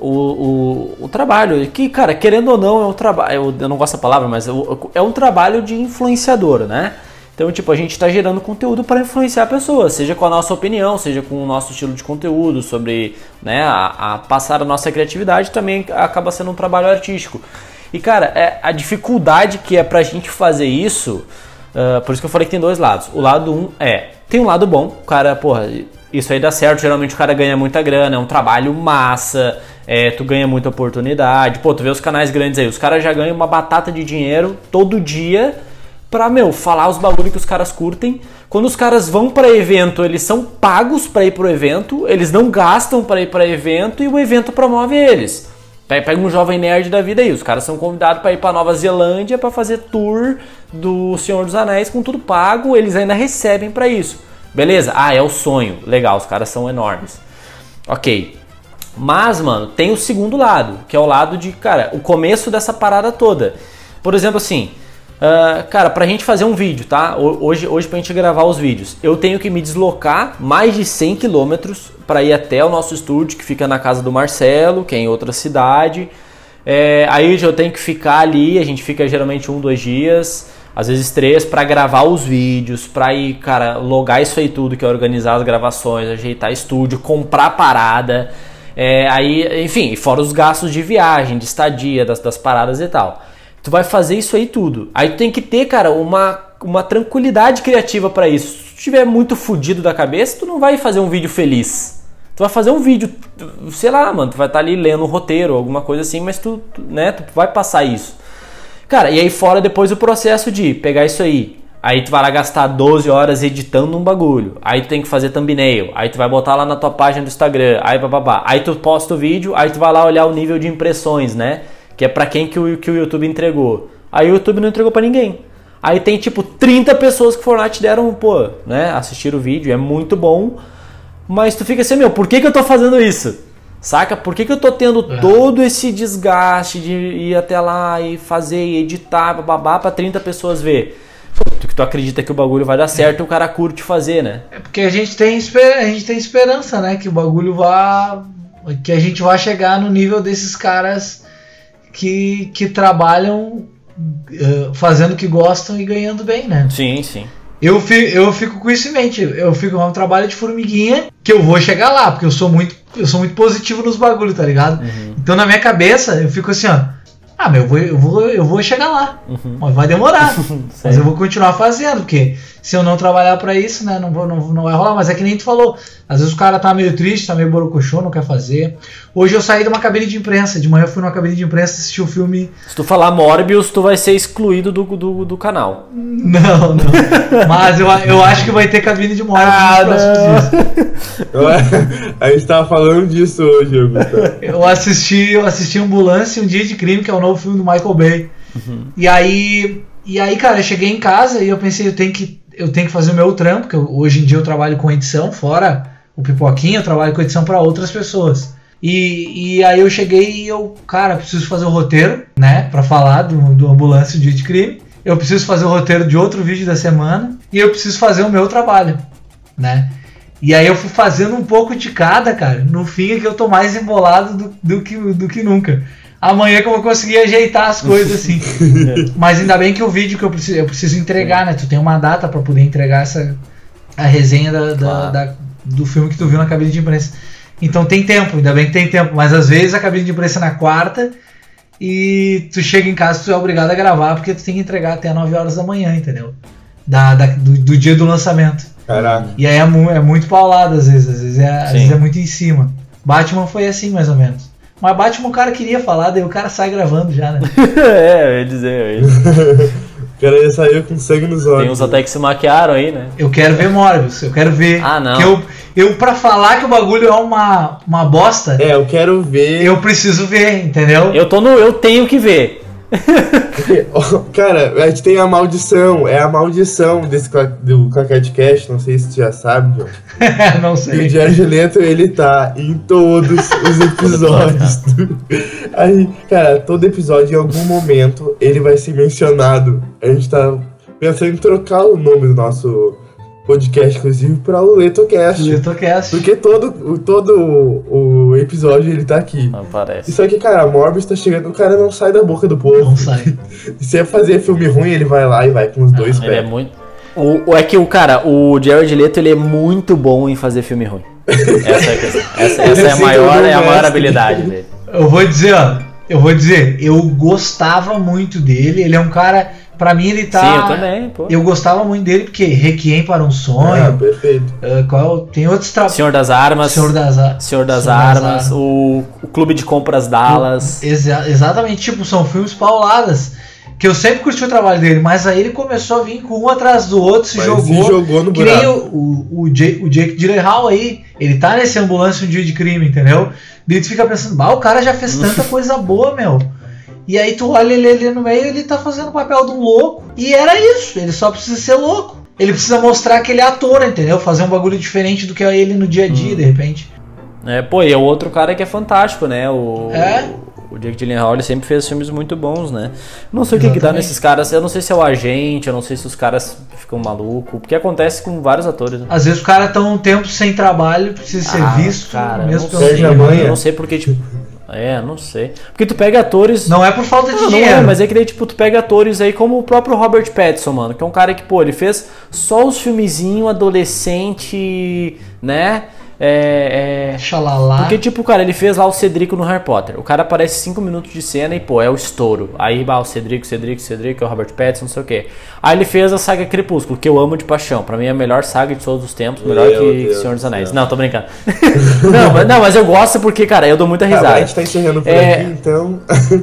o trabalho, que, cara, querendo ou não, é um trabalho, eu não gosto da palavra, mas é um trabalho de influenciador, né? Então, tipo, a gente está gerando conteúdo para influenciar pessoas, seja com a nossa opinião, seja com o nosso estilo de conteúdo, sobre, né, a passar a nossa criatividade, também acaba sendo um trabalho artístico. E, cara, a dificuldade que é pra gente fazer isso, por isso que eu falei que tem 2 lados. O lado tem um lado bom, o cara, porra, isso aí dá certo, geralmente o cara ganha muita grana, é um trabalho massa, tu ganha muita oportunidade. Pô, tu vê os canais grandes aí, os caras já ganham uma batata de dinheiro todo dia pra, falar os bagulho que os caras curtem. Quando os caras vão pra evento, eles são pagos pra ir pro evento, eles não gastam pra ir pra evento e o evento promove eles. Pega um jovem nerd da vida aí, os caras são convidados pra ir pra Nova Zelândia pra fazer tour do Senhor dos Anéis com tudo pago, eles ainda recebem pra isso. Beleza? É o sonho. Legal, os caras são enormes. Ok. Mas, mano, tem o segundo lado, que é o lado de, cara, o começo dessa parada toda. Por exemplo, assim... cara, pra gente fazer um vídeo, tá? Hoje pra gente gravar os vídeos, eu tenho que me deslocar mais de 100 km pra ir até o nosso estúdio, que fica na casa do Marcelo, que é em outra cidade. Aí eu tenho que ficar ali, a gente fica geralmente 1-2 dias, às vezes 3, pra gravar os vídeos, pra ir, cara, logar isso aí tudo, que é organizar as gravações, ajeitar estúdio, comprar parada. Aí, enfim, fora os gastos de viagem, de estadia, das paradas e tal. Tu vai fazer isso aí tudo. Aí tu tem que ter, cara, uma tranquilidade criativa pra isso. Se tu estiver muito fudido da cabeça, tu não vai fazer um vídeo feliz. Tu vai fazer um vídeo, sei lá, mano, tu vai estar ali lendo um roteiro, alguma coisa assim, mas tu vai passar isso. Cara, e aí fora depois o processo de pegar isso aí. Aí tu vai lá gastar 12 horas editando um bagulho. Aí tu tem que fazer thumbnail. Aí tu vai botar lá na tua página do Instagram. Aí tu posta o vídeo, aí tu vai lá olhar o nível de impressões, né? Que é pra quem que o YouTube entregou. Aí o YouTube não entregou pra ninguém. Aí tem tipo 30 pessoas que foram lá e te deram, assistir o vídeo, é muito bom. Mas tu fica assim, por que eu tô fazendo isso? Saca? Por que eu tô tendo todo esse desgaste de ir até lá e fazer, e editar, pra 30 pessoas ver? Tu acredita que o bagulho vai dar certo e o cara curte fazer, né? É porque a gente tem esperança, né? Que o bagulho que a gente vai chegar no nível desses caras que trabalham fazendo o que gostam e ganhando bem, né? Sim, sim. Eu fico com isso em mente. Eu fico um trabalho de formiguinha que eu vou chegar lá, porque eu sou muito positivo nos bagulhos, tá ligado? Uhum. Então na minha cabeça eu fico assim, eu vou chegar lá. Uhum. Mas vai demorar. Mas eu vou continuar fazendo, porque se eu não trabalhar pra isso, né, não vai rolar. Mas é que nem tu falou, às vezes o cara tá meio triste, tá meio borocochô, não quer fazer. Hoje eu saí de uma cabine de imprensa, de manhã eu fui numa cabine de imprensa assistir o filme. Se tu falar Morbius, tu vai ser excluído do canal. Não. Mas eu acho que vai ter cabine de Morbius nos próximos dias. A gente tava falando disso hoje, Gustavo. Eu assisti Ambulância, Um Dia de Crime, que é o novo filme do Michael Bay. Uhum. E aí, cara, eu cheguei em casa e eu pensei, eu tenho que fazer o meu trampo, porque hoje em dia eu trabalho com edição, fora o Pipoquinha, eu trabalho com edição para outras pessoas. E aí eu cheguei e cara, preciso fazer o roteiro, né, para falar do Ambulância, Um Dia de Crime. Eu preciso fazer o roteiro de outro vídeo da semana e eu preciso fazer o meu trabalho, né? E aí eu fui fazendo um pouco de cada, cara. No fim é que eu tô mais embolado do que nunca. Amanhã que eu vou conseguir ajeitar as coisas assim. Mas ainda bem que o vídeo que eu preciso entregar, né? Tu tem uma data pra poder entregar a resenha do filme que tu viu na cabine de imprensa. Então tem tempo, ainda bem que tem tempo. Mas às vezes a cabine de imprensa é na quarta e tu chega em casa e tu é obrigado a gravar porque tu tem que entregar até 9 horas da manhã, entendeu? Do dia do lançamento. Caraca. E aí é muito paulado às vezes é muito em cima. Batman foi assim mais ou menos. Mas Batman o cara queria falar, daí o cara sai gravando já, né? Eu ia dizer. O cara já saiu com sangue nos olhos. Tem uns até que se maquiaram aí, né? Eu quero ver Morbius, eu quero ver. Ah, não. Que eu pra falar que o bagulho é uma bosta, Eu quero ver. eu preciso ver, entendeu? Eu tenho que ver. Cara, a gente tem a maldição. É a maldição do Claquete Cast. Não sei se tu já sabe, João. Não E o sei. Jared Leto, ele tá em todos os episódios. Aí, cara, todo episódio, em algum momento, ele vai ser mencionado. A gente tá pensando em trocar o nome do nosso podcast, inclusive, pra o LetoCast. LetoCast. Porque todo o episódio ele tá aqui. Não parece. Só que, cara, a Morbius tá chegando, o cara não sai da boca do povo. Não sai. E se é fazer filme ruim, ele vai lá e vai com os dois Ele é pés. muito... É que o Jared Leto, ele é muito bom em fazer filme ruim. Essa é a questão. Essa é a maior habilidade dele. Eu vou dizer, eu gostava muito dele, ele é um cara, pra mim ele tá... Sim, eu também, pô. Eu gostava muito dele porque Requiem para um Ah, Sonho, perfeito. tem outros trabalhos... Senhor das Armas. Senhor das Armas. O Clube de Compras Dallas. Exatamente, tipo, são filmes pauladas. Que eu sempre curti o trabalho dele, mas aí ele começou a vir com um atrás do outro, se jogou no que nem buraco. o Jake Gyllenhaal aí, ele tá nesse Ambulância um Dia de Crime, entendeu? Daí tu fica pensando, o cara já fez tanta coisa boa, meu. E aí tu olha ele ali no meio, ele tá fazendo o papel de um louco, e era isso, ele só precisa ser louco. Ele precisa mostrar que ele é ator, entendeu? Fazer um bagulho diferente do que é ele no dia a dia, de repente. E é o outro cara que é fantástico, né? O Jake Gyllenhaal, ele sempre fez filmes muito bons, né? Não sei o que dá nesses caras, eu não sei se é o agente, eu não sei se os caras ficam malucos, porque acontece com vários atores, né? Às vezes o cara tá um tempo sem trabalho, precisa ser visto, cara, mesmo eu pelo não sei porque, tipo... não sei. Porque tu pega atores... Não é por falta de dinheiro. Não é, mas é que daí, tipo, tu pega atores aí como o próprio Robert Pattinson, mano, que é um cara que, pô, ele fez só os filmezinhos adolescente, né? Xalala. Porque, tipo, cara, ele fez lá o Cedrico no Harry Potter. O cara aparece 5 minutos de cena e, pô, é o estouro. Aí, o Cedrico, é o Robert Pattinson, não sei o quê. Aí ele fez a saga Crepúsculo, que eu amo de paixão. Pra mim é a melhor saga de todos os tempos, melhor que Senhor dos Anéis. Não, tô brincando. não, mas eu gosto porque, cara, eu dou muita risada. A gente tá encerrando por aqui, então...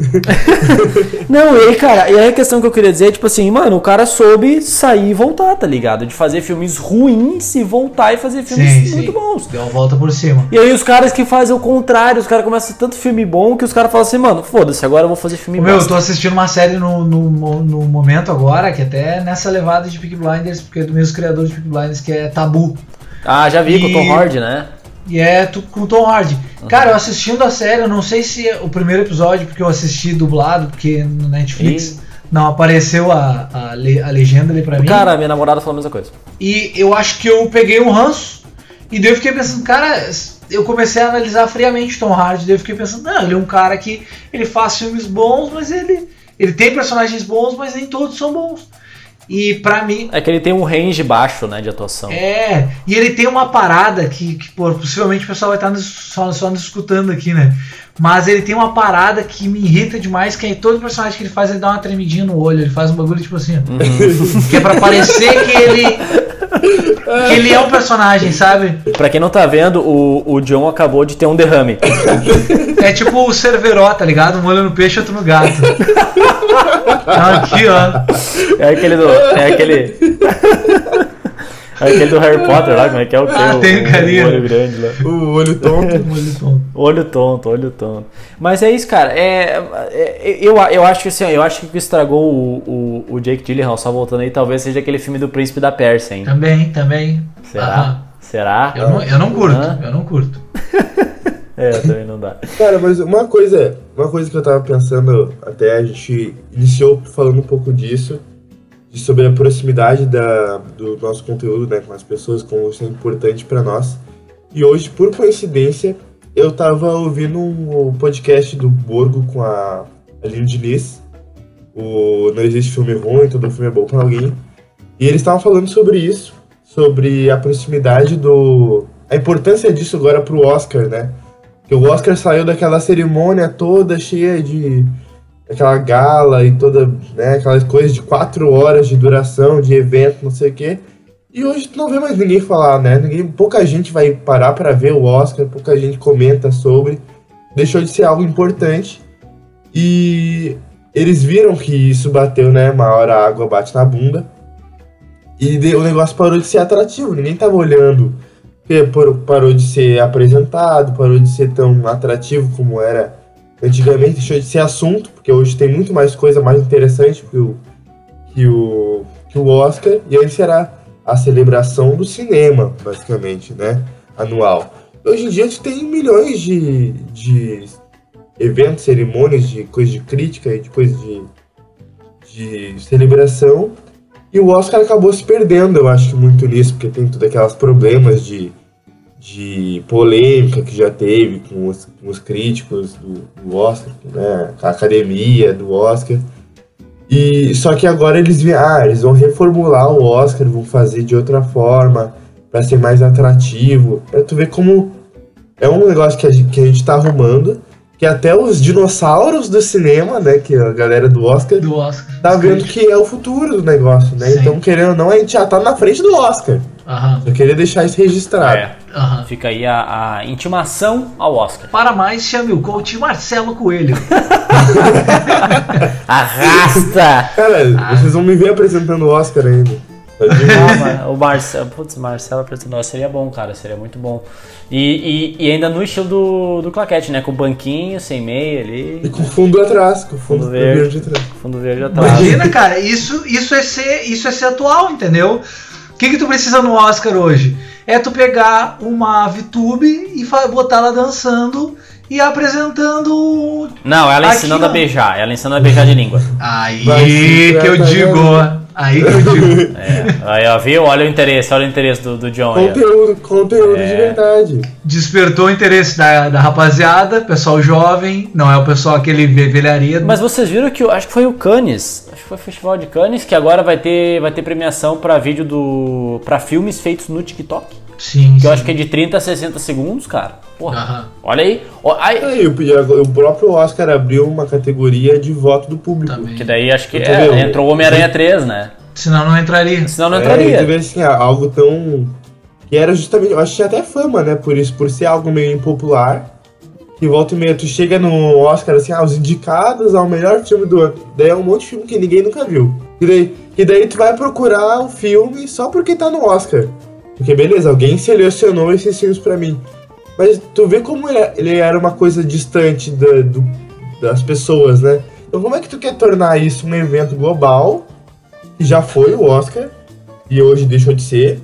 Não, e aí, cara, e aí a questão que eu queria dizer é, tipo assim, mano, o cara soube sair e voltar, tá ligado? De fazer filmes ruins e voltar e fazer filmes muito bons. Deu uma volta por cima. E aí os caras que fazem o contrário, os caras começam a tanto filme bom que os caras falam assim, mano, foda-se, agora eu vou fazer filme bom. Eu tô assistindo uma série no momento agora, que até é nessa levada de Peaky Blinders, porque é do mesmo criador de Peaky Blinders, que é Tabu. Ah, já vi, com o Tom Hardy, né? E com o Tom Hardy. Cara, eu assistindo a série, eu não sei se é o primeiro episódio, porque eu assisti dublado, porque no Netflix não apareceu a legenda ali pra mim. Cara, minha namorada falou a mesma coisa. E eu acho que eu peguei um ranço, e daí eu fiquei pensando, cara, eu comecei a analisar friamente o Tom Hardy, daí eu fiquei pensando, não, ele é um cara que ele faz filmes bons, mas ele tem personagens bons, mas nem todos são bons. E pra mim... É que ele tem um range baixo, né, de atuação. E ele tem uma parada que possivelmente o pessoal vai estar só nos escutando aqui, né? Mas ele tem uma parada que me irrita demais, que é todo personagem que ele faz, ele dá uma tremidinha no olho, ele faz um bagulho tipo assim, que é pra parecer que ele é um personagem, sabe? Pra quem não tá vendo, o John acabou de ter um derrame. É tipo o Cerveró, tá ligado? Um olho no peixe, outro no gato. Aqui, ó. É aquele do Harry Potter lá, como é que é o que? Tem carinha. O olho grande lá. O olho tonto. Olho tonto. Mas é isso, cara. Eu acho que assim, eu acho que o que estragou o Jake Gyllenhaal, só voltando aí, talvez seja aquele filme do Príncipe da Pérsia, hein? Também. Será? Eu não curto. Também não dá. Cara, mas uma coisa que eu tava pensando, até a gente iniciou falando um pouco disso, sobre a proximidade do nosso conteúdo, né, com as pessoas, como isso é importante pra nós. E hoje, por coincidência, eu tava ouvindo um podcast do Borgo com a Aline Diniz, Não Existe Filme Ruim, Todo Filme é Bom pra Alguém, e eles estavam falando sobre isso, sobre a proximidade a importância disso agora pro Oscar, né? Que o Oscar saiu daquela cerimônia toda cheia de... aquela gala e toda, né, aquelas coisas de 4 horas de duração, de evento, não sei o quê. E hoje tu não vê mais ninguém falar, né? Pouca gente vai parar pra ver o Oscar, pouca gente comenta sobre. deixou de ser algo importante e eles viram que isso bateu, né? Uma hora a água bate na bunda e o negócio parou de ser atrativo, ninguém tava olhando, porque parou de ser apresentado, parou de ser tão atrativo como era antigamente, deixou de ser assunto, porque hoje tem muito mais coisa mais interessante que o Oscar, e antes era a celebração do cinema, basicamente, né? Anual. Hoje em dia a gente tem milhões de eventos, cerimônias, de coisa de crítica e de coisa de celebração, e o Oscar acabou se perdendo, eu acho que muito nisso, porque tem todos aqueles problemas de polêmica que já teve com os críticos do Oscar, né? A academia do Oscar. E só que agora eles vão reformular o Oscar, vão fazer de outra forma para ser mais atrativo. Pra tu ver como é um negócio que a gente tá arrumando, que até os dinossauros do cinema, né, que a galera do Oscar tá vendo que é o futuro do negócio, né? Sim. Então, querendo ou não, a gente já tá na frente do Oscar. Eu queria deixar isso registrado. Fica aí a intimação ao Oscar. Para mais, chame o coach Marcelo Coelho. Arrasta! Cara, vocês vão me ver apresentando o Oscar ainda. O Marcelo apresentando seria bom, cara, seria muito bom. E ainda no estilo do Claquete, né? Com banquinho, sem meia ali. E com fundo atrás, com fundo verde atrás. Fundo verde atrás. Imagina, cara, isso é ser atual, entendeu? O que tu precisa no Oscar hoje? É tu pegar uma VTube e botar ela dançando e apresentando... Não, ela ensinando a beijar. Ela ensinando a beijar de língua. Aí que eu digo. Aí, ó, viu? Olha o interesse do John. Conteúdo de verdade. Despertou o interesse da rapaziada, pessoal jovem, não é o pessoal aquele velharia. Mas vocês viram que, acho que foi o Cannes, acho que foi o Festival de Cannes, que agora vai ter premiação pra pra filmes feitos no TikTok. Sim. Que eu acho que é de 30 a 60 segundos, cara. Porra, olha aí. O próprio Oscar abriu uma categoria de voto do público. Também. Que daí acho que entrou o Homem-Aranha 3, né? Senão não entraria. Então, assim, algo tão... Que era justamente... Eu acho que tinha até fama, né? Por ser algo meio impopular. Que volta e meia, tu chega no Oscar, assim, os indicados ao melhor filme do ano. Daí é um monte de filme que ninguém nunca viu. E daí tu vai procurar o filme só porque tá no Oscar. Porque beleza, alguém selecionou esses filmes pra mim. Mas tu vê como ele era uma coisa distante das pessoas, né? Então como é que tu quer tornar isso um evento global, que já foi o Oscar, e hoje deixou de ser,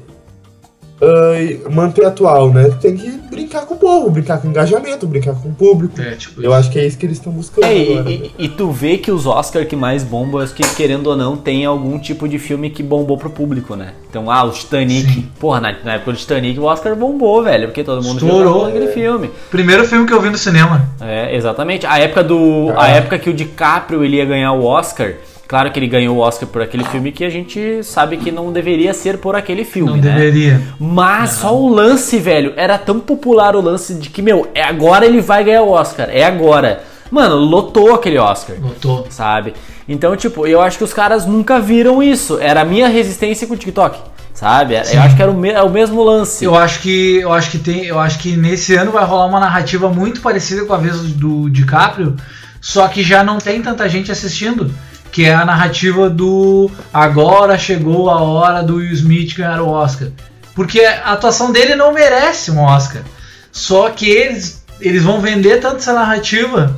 e manter atual, né? Tu tem que brincar com o povo, brincar com o engajamento, brincar com o público. Eu acho que é isso que eles estão buscando agora. E tu vê que os Oscar que mais bombam, acho que querendo ou não, tem algum tipo de filme que bombou pro público, né? Então, o Titanic. Sim. Porra, na época do Titanic o Oscar bombou, velho, porque todo mundo estourou aquele filme. Primeiro filme que eu vi no cinema. Exatamente. A época que o DiCaprio ele ia ganhar o Oscar. Claro que ele ganhou o Oscar por aquele filme que a gente sabe que não deveria ser por aquele filme, não deveria. Mas só o lance, velho, era tão popular o lance de que, agora ele vai ganhar o Oscar, é agora. Mano, lotou aquele Oscar. Lotou. Sabe? Então, eu acho que os caras nunca viram isso. Era a minha resistência com o TikTok. Sabe? Sim. Eu acho que era o mesmo lance. Eu acho que nesse ano vai rolar uma narrativa muito parecida com a vez do DiCaprio, só que já não tem tanta gente assistindo. Que é a narrativa do agora chegou a hora do Will Smith ganhar o Oscar. Porque a atuação dele não merece um Oscar. Só que eles vão vender tanto essa narrativa,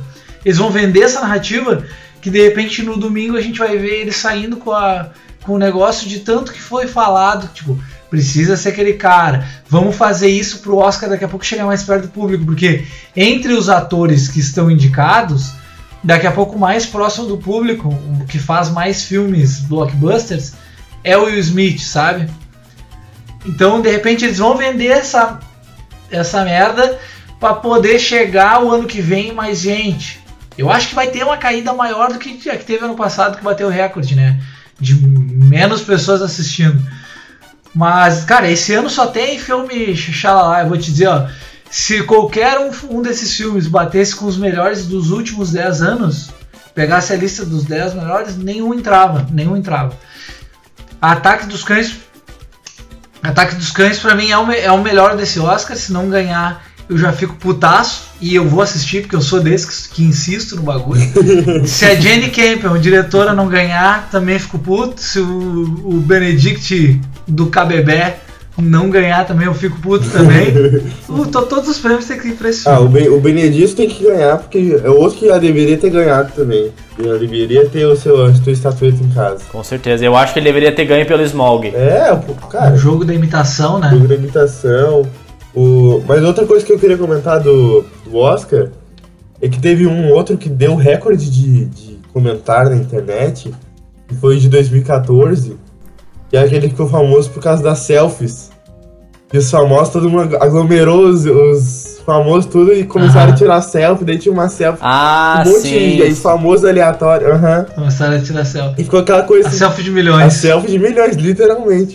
que de repente no domingo a gente vai ver ele saindo com o negócio de tanto que foi falado, precisa ser aquele cara, vamos fazer isso pro Oscar daqui a pouco chegar mais perto do público, porque entre os atores que estão indicados, daqui a pouco mais próximo do público, o que faz mais filmes blockbusters, é o Will Smith, sabe? Então, de repente, eles vão vender essa merda para poder chegar o ano que vem mais gente. Eu acho que vai ter uma caída maior do que a que teve ano passado, que bateu o recorde, né? De menos pessoas assistindo. Mas, cara, esse ano só tem filme xalala. Eu vou te dizer, se qualquer um desses filmes batesse com os melhores dos últimos 10 anos, pegasse a lista dos 10 melhores, nenhum entrava. Ataque dos Cães pra mim é o melhor desse Oscar. Se não ganhar, eu já fico putaço e eu vou assistir, porque eu sou desse que insisto no bagulho. Se a Jane Campion, diretora, não ganhar, também fico puto. Se o Benedict do KBB não ganhar, também eu fico puto também. Todos os prêmios tem que ir pra esse filme. O Benedito tem que ganhar, porque é outro que já deveria ter ganhado também. Já deveria ter a sua estatueta em casa. Com certeza. Eu acho que ele deveria ter ganho pelo Smaug. Cara. O jogo da imitação, né? O jogo da imitação. Mas outra coisa que eu queria comentar do Oscar é que teve um outro que deu recorde de comentário na internet, que foi de 2014, que é aquele que ficou famoso por causa das selfies. E os famosos, todo mundo aglomerou os famosos tudo e começaram a tirar selfie, daí tinha uma selfie. Um monte de famoso aleatório. Começaram a tirar selfie. E ficou aquela coisa. A selfie de milhões. A selfie de milhões, literalmente.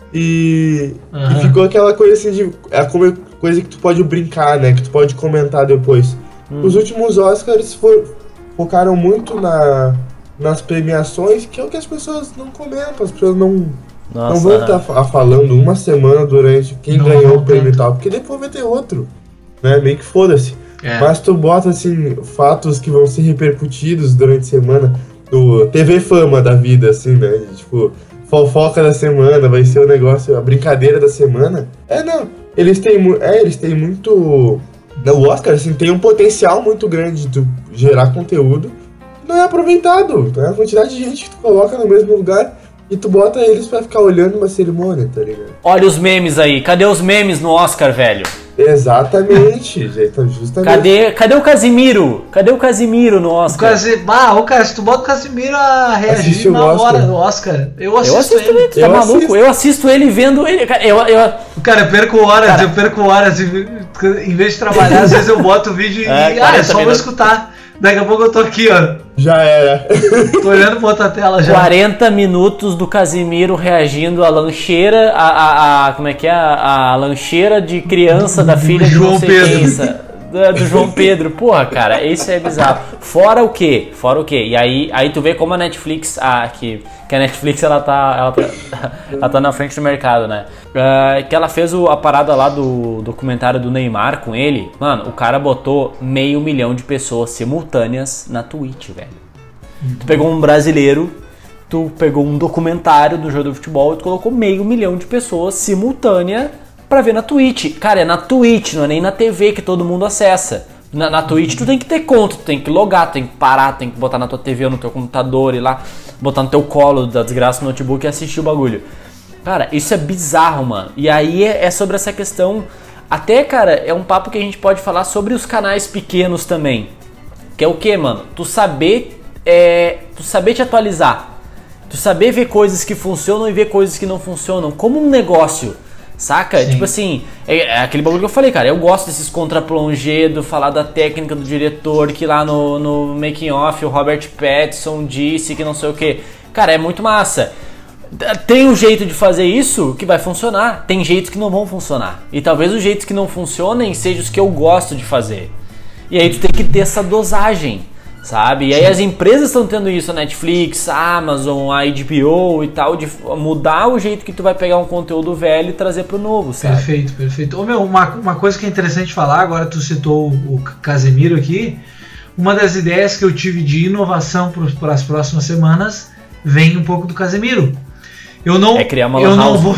E ficou aquela coisa assim de. É uma coisa que tu pode brincar, né? Que tu pode comentar depois. Os últimos Oscars focaram muito nas premiações, que é o que as pessoas não comentam, as pessoas não vão estar falando uma semana durante quem ganhou o prêmio e tal, porque depois vai ter outro, né? Meio que foda-se. Mas tu bota assim, fatos que vão ser repercutidos durante a semana, do TV Fama da vida, assim, né? Tipo, fofoca da semana, vai ser o negócio, a brincadeira da semana. Eles têm muito. O Oscar, assim, tem um potencial muito grande de gerar conteúdo. Não é aproveitado, né? A quantidade de gente que tu coloca no mesmo lugar e tu bota eles pra ficar olhando uma cerimônia, tá ligado? Olha os memes aí, cadê os memes no Oscar, velho? Exatamente, justamente. Cadê o Casimiro? Cadê o Casimiro no Oscar? Cara, se tu bota o Casimiro a reagir na hora do Oscar, eu assisto ele. Tu tá maluco? Eu assisto ele vendo ele. Cara, eu perco horas. Em vez de trabalhar, às vezes eu boto o vídeo e só vou escutar. Daqui a pouco eu tô aqui, ó. Já era. Tô olhando pra outra tela já. 40 minutos do Casimiro reagindo à lancheira, como é que é? A lancheira de criança da filha de João Pedro. Do João Pedro. Porra, cara, isso é bizarro. Fora o quê? E aí tu vê como a Netflix, que a Netflix ela tá na frente do mercado, né? Que ela fez a parada lá do documentário do Neymar com ele. Mano, o cara botou 500 mil de pessoas simultâneas na Twitch, velho. Tu pegou um brasileiro, tu pegou um documentário do jogo do futebol e tu colocou 500 mil de pessoas simultâneas pra ver na Twitch. Cara, é na Twitch, não é nem na TV que todo mundo acessa. Na Twitch tu tem que ter conta, tu tem que logar, tu tem que parar, tem que botar na tua TV ou no teu computador e lá, botar no teu colo da desgraça no notebook e assistir o bagulho. Cara, isso é bizarro, mano. E aí é sobre essa questão. Até, cara, é um papo que a gente pode falar sobre os canais pequenos também. Que é o que, mano? Tu saber te atualizar. Tu saber ver coisas que funcionam e ver coisas que não funcionam. Como um negócio. Saca? Sim. Tipo assim, é aquele bagulho que eu falei, cara. Eu gosto desses contra-plongé, falar da técnica do diretor, que lá no making off o Robert Pattinson disse que não sei o que. Cara, é muito massa. Tem um jeito de fazer isso que vai funcionar. Tem jeitos que não vão funcionar. E talvez os jeitos que não funcionem sejam os que eu gosto de fazer. E aí tu tem que ter essa dosagem, sabe? E aí as empresas estão tendo isso, a Netflix, a Amazon, a HBO e tal, de mudar o jeito que tu vai pegar um conteúdo velho e trazer pro novo, sabe? Perfeito. Ô, meu, uma coisa que é interessante falar, agora tu citou o Casemiro aqui, uma das ideias que eu tive de inovação para as próximas semanas vem um pouco do Casemiro. Criar uma lan house.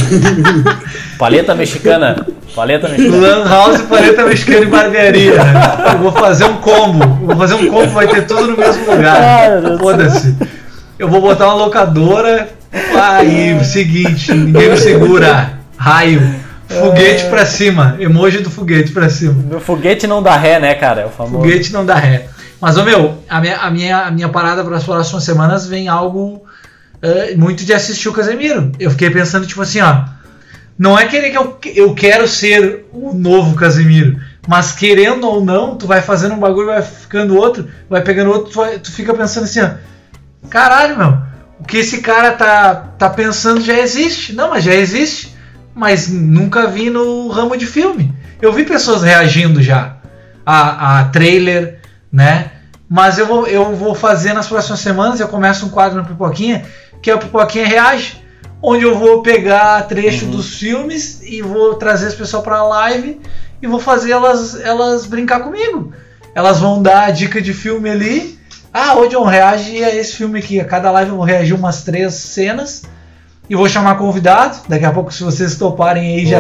Paleta mexicana. Lan house, paleta mexicana e barbearia. Eu vou fazer um combo. Vai ter tudo no mesmo lugar. Foda-se. Eu vou botar uma locadora. Aí, seguinte, ninguém me segura. Raio. Foguete pra cima. Emoji do foguete pra cima. O foguete não dá ré, né, cara? É o famoso. Foguete não dá ré. Mas, meu, a minha parada para as próximas semanas vem algo muito de assistir o Casemiro. Eu fiquei pensando, tipo assim, ó. Não é querer que eu quero ser o novo Casemiro, mas querendo ou não, tu vai fazendo um bagulho, vai ficando outro, vai pegando outro, tu fica pensando assim, ó. Caralho, meu, o que esse cara tá pensando já existe. Não, mas já existe. Mas nunca vi no ramo de filme. Eu vi pessoas reagindo já a trailer, né? Mas eu vou fazer nas próximas semanas. Eu começo um quadro no Pipoquinha, que é o Pipoquinha Reage, onde eu vou pegar trecho dos filmes e vou trazer as pessoas pra live e vou fazer elas brincar comigo. Elas vão dar a dica de filme ali. Hoje eu reage a esse filme aqui. A cada live eu vou reagir umas 3 cenas. E vou chamar convidado. Daqui a pouco, se vocês toparem aí,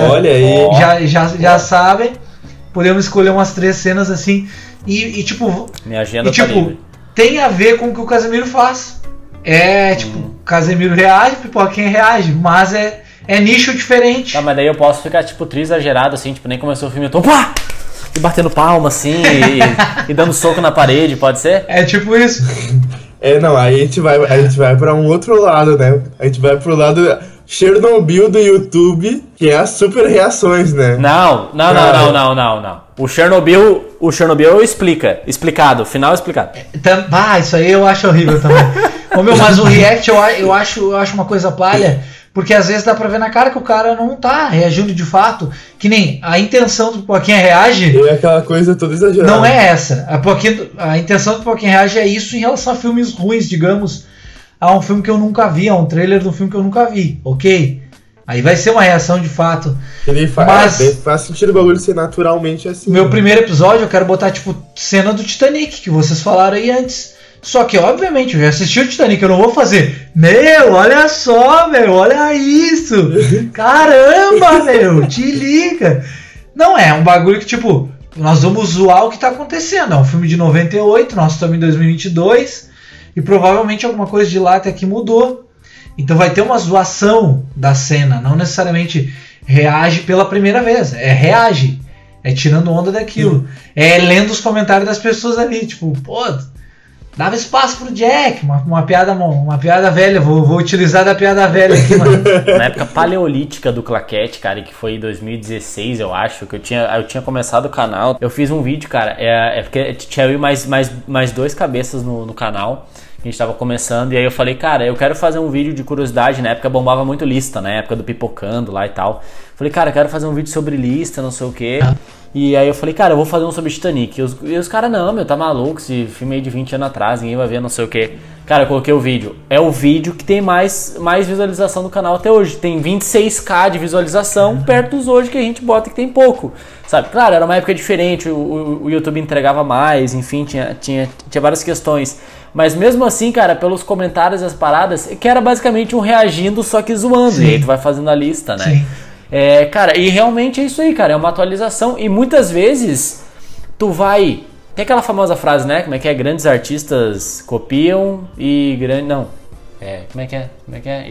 já sabem. Podemos escolher umas 3 cenas assim. E tipo. Minha agenda tá livre. Tem a ver com o que o Casemiro faz. Tipo, Casemiro reage, Pipoquinha reage. Mas é nicho diferente. Tá, mas daí eu posso ficar, tipo, exagerado, assim, tipo, nem começou o filme, eu tô pá! E batendo palma, assim, e dando soco na parede, pode ser? É tipo isso. Não, aí a gente vai pra um outro lado, né? A gente vai pro lado Chernobyl do YouTube, que é as super reações, né? Não. O Chernobyl explicado, final explicado. Isso aí eu acho horrível também. Mas o react eu acho uma coisa palha, porque às vezes dá pra ver na cara que o cara não tá reagindo de fato, que nem a intenção do Pipoquinha reage. É aquela coisa toda exagerada. Não é essa. A intenção do Pipoquinha reage é isso em relação a filmes ruins, digamos, a um filme que eu nunca vi, a um trailer de um filme que eu nunca vi, ok? Aí vai ser uma reação de fato. Mas faz sentido o bagulho ser naturalmente assim. Meu primeiro episódio eu quero botar tipo cena do Titanic, que vocês falaram aí antes. Só que, obviamente, eu já assisti o Titanic, eu não vou fazer. Olha só, olha isso. Caramba, te liga. Não é um bagulho que, tipo, nós vamos zoar o que tá acontecendo. É um filme de 98, nós estamos em 2022, e provavelmente alguma coisa de lá até aqui mudou. Então vai ter uma zoação da cena, não necessariamente reage pela primeira vez. Reage. É tirando onda daquilo. É lendo os comentários das pessoas ali, tipo, dava espaço pro Jack, uma piada velha, vou utilizar da piada velha aqui, mano. Na época paleolítica do Claquete, cara, que foi em 2016, eu acho, que eu tinha começado o canal, eu fiz um vídeo, cara, porque tinha eu e mais 2 cabeças no canal, que a gente tava começando, e aí eu falei, cara, eu quero fazer um vídeo de curiosidade, na época bombava muito lista, na época do Pipocando lá e tal. Falei, cara, eu quero fazer um vídeo sobre lista, não sei o quê. E aí eu falei, cara, eu vou fazer um sobre Titanic. E os caras, não, tá maluco, esse filme aí de 20 anos atrás, ninguém vai ver, não sei o quê. Cara, eu coloquei o vídeo. É o vídeo que tem mais visualização do canal até hoje. Tem 26k de visualização, perto dos hoje que a gente bota que tem pouco. Sabe? Claro, era uma época diferente, o YouTube entregava mais, enfim, tinha várias questões. Mas mesmo assim, cara, pelos comentários e as paradas, que era basicamente um reagindo, só que zoando. Sim. E aí tu vai fazendo a lista, né? Sim. Cara, e realmente é isso aí, cara, é uma atualização. E muitas vezes tu vai... Tem aquela famosa frase, né? Como é que é? Grandes artistas copiam e... Como é que é?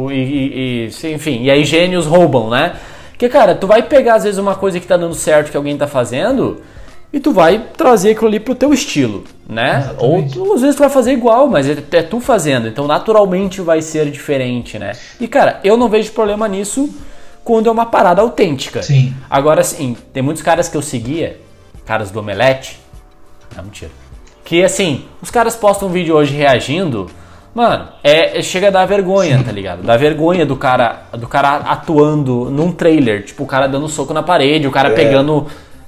Enfim, e aí gênios roubam, né? Porque, cara, tu vai pegar às vezes uma coisa que tá dando certo, que alguém tá fazendo... E tu vai trazer aquilo ali pro teu estilo, né? Exatamente. Ou às vezes tu vai fazer igual, mas é tu fazendo. Então naturalmente vai ser diferente, né? E cara, eu não vejo problema nisso quando é uma parada autêntica. Sim. Agora sim, tem muitos caras que eu seguia, caras do Omelete. Não, mentira. Que assim, os caras postam um vídeo hoje reagindo. Mano, chega a dar vergonha, sim, tá ligado? Dá vergonha do cara atuando num trailer. Tipo, o cara dando soco na parede, o cara pegando...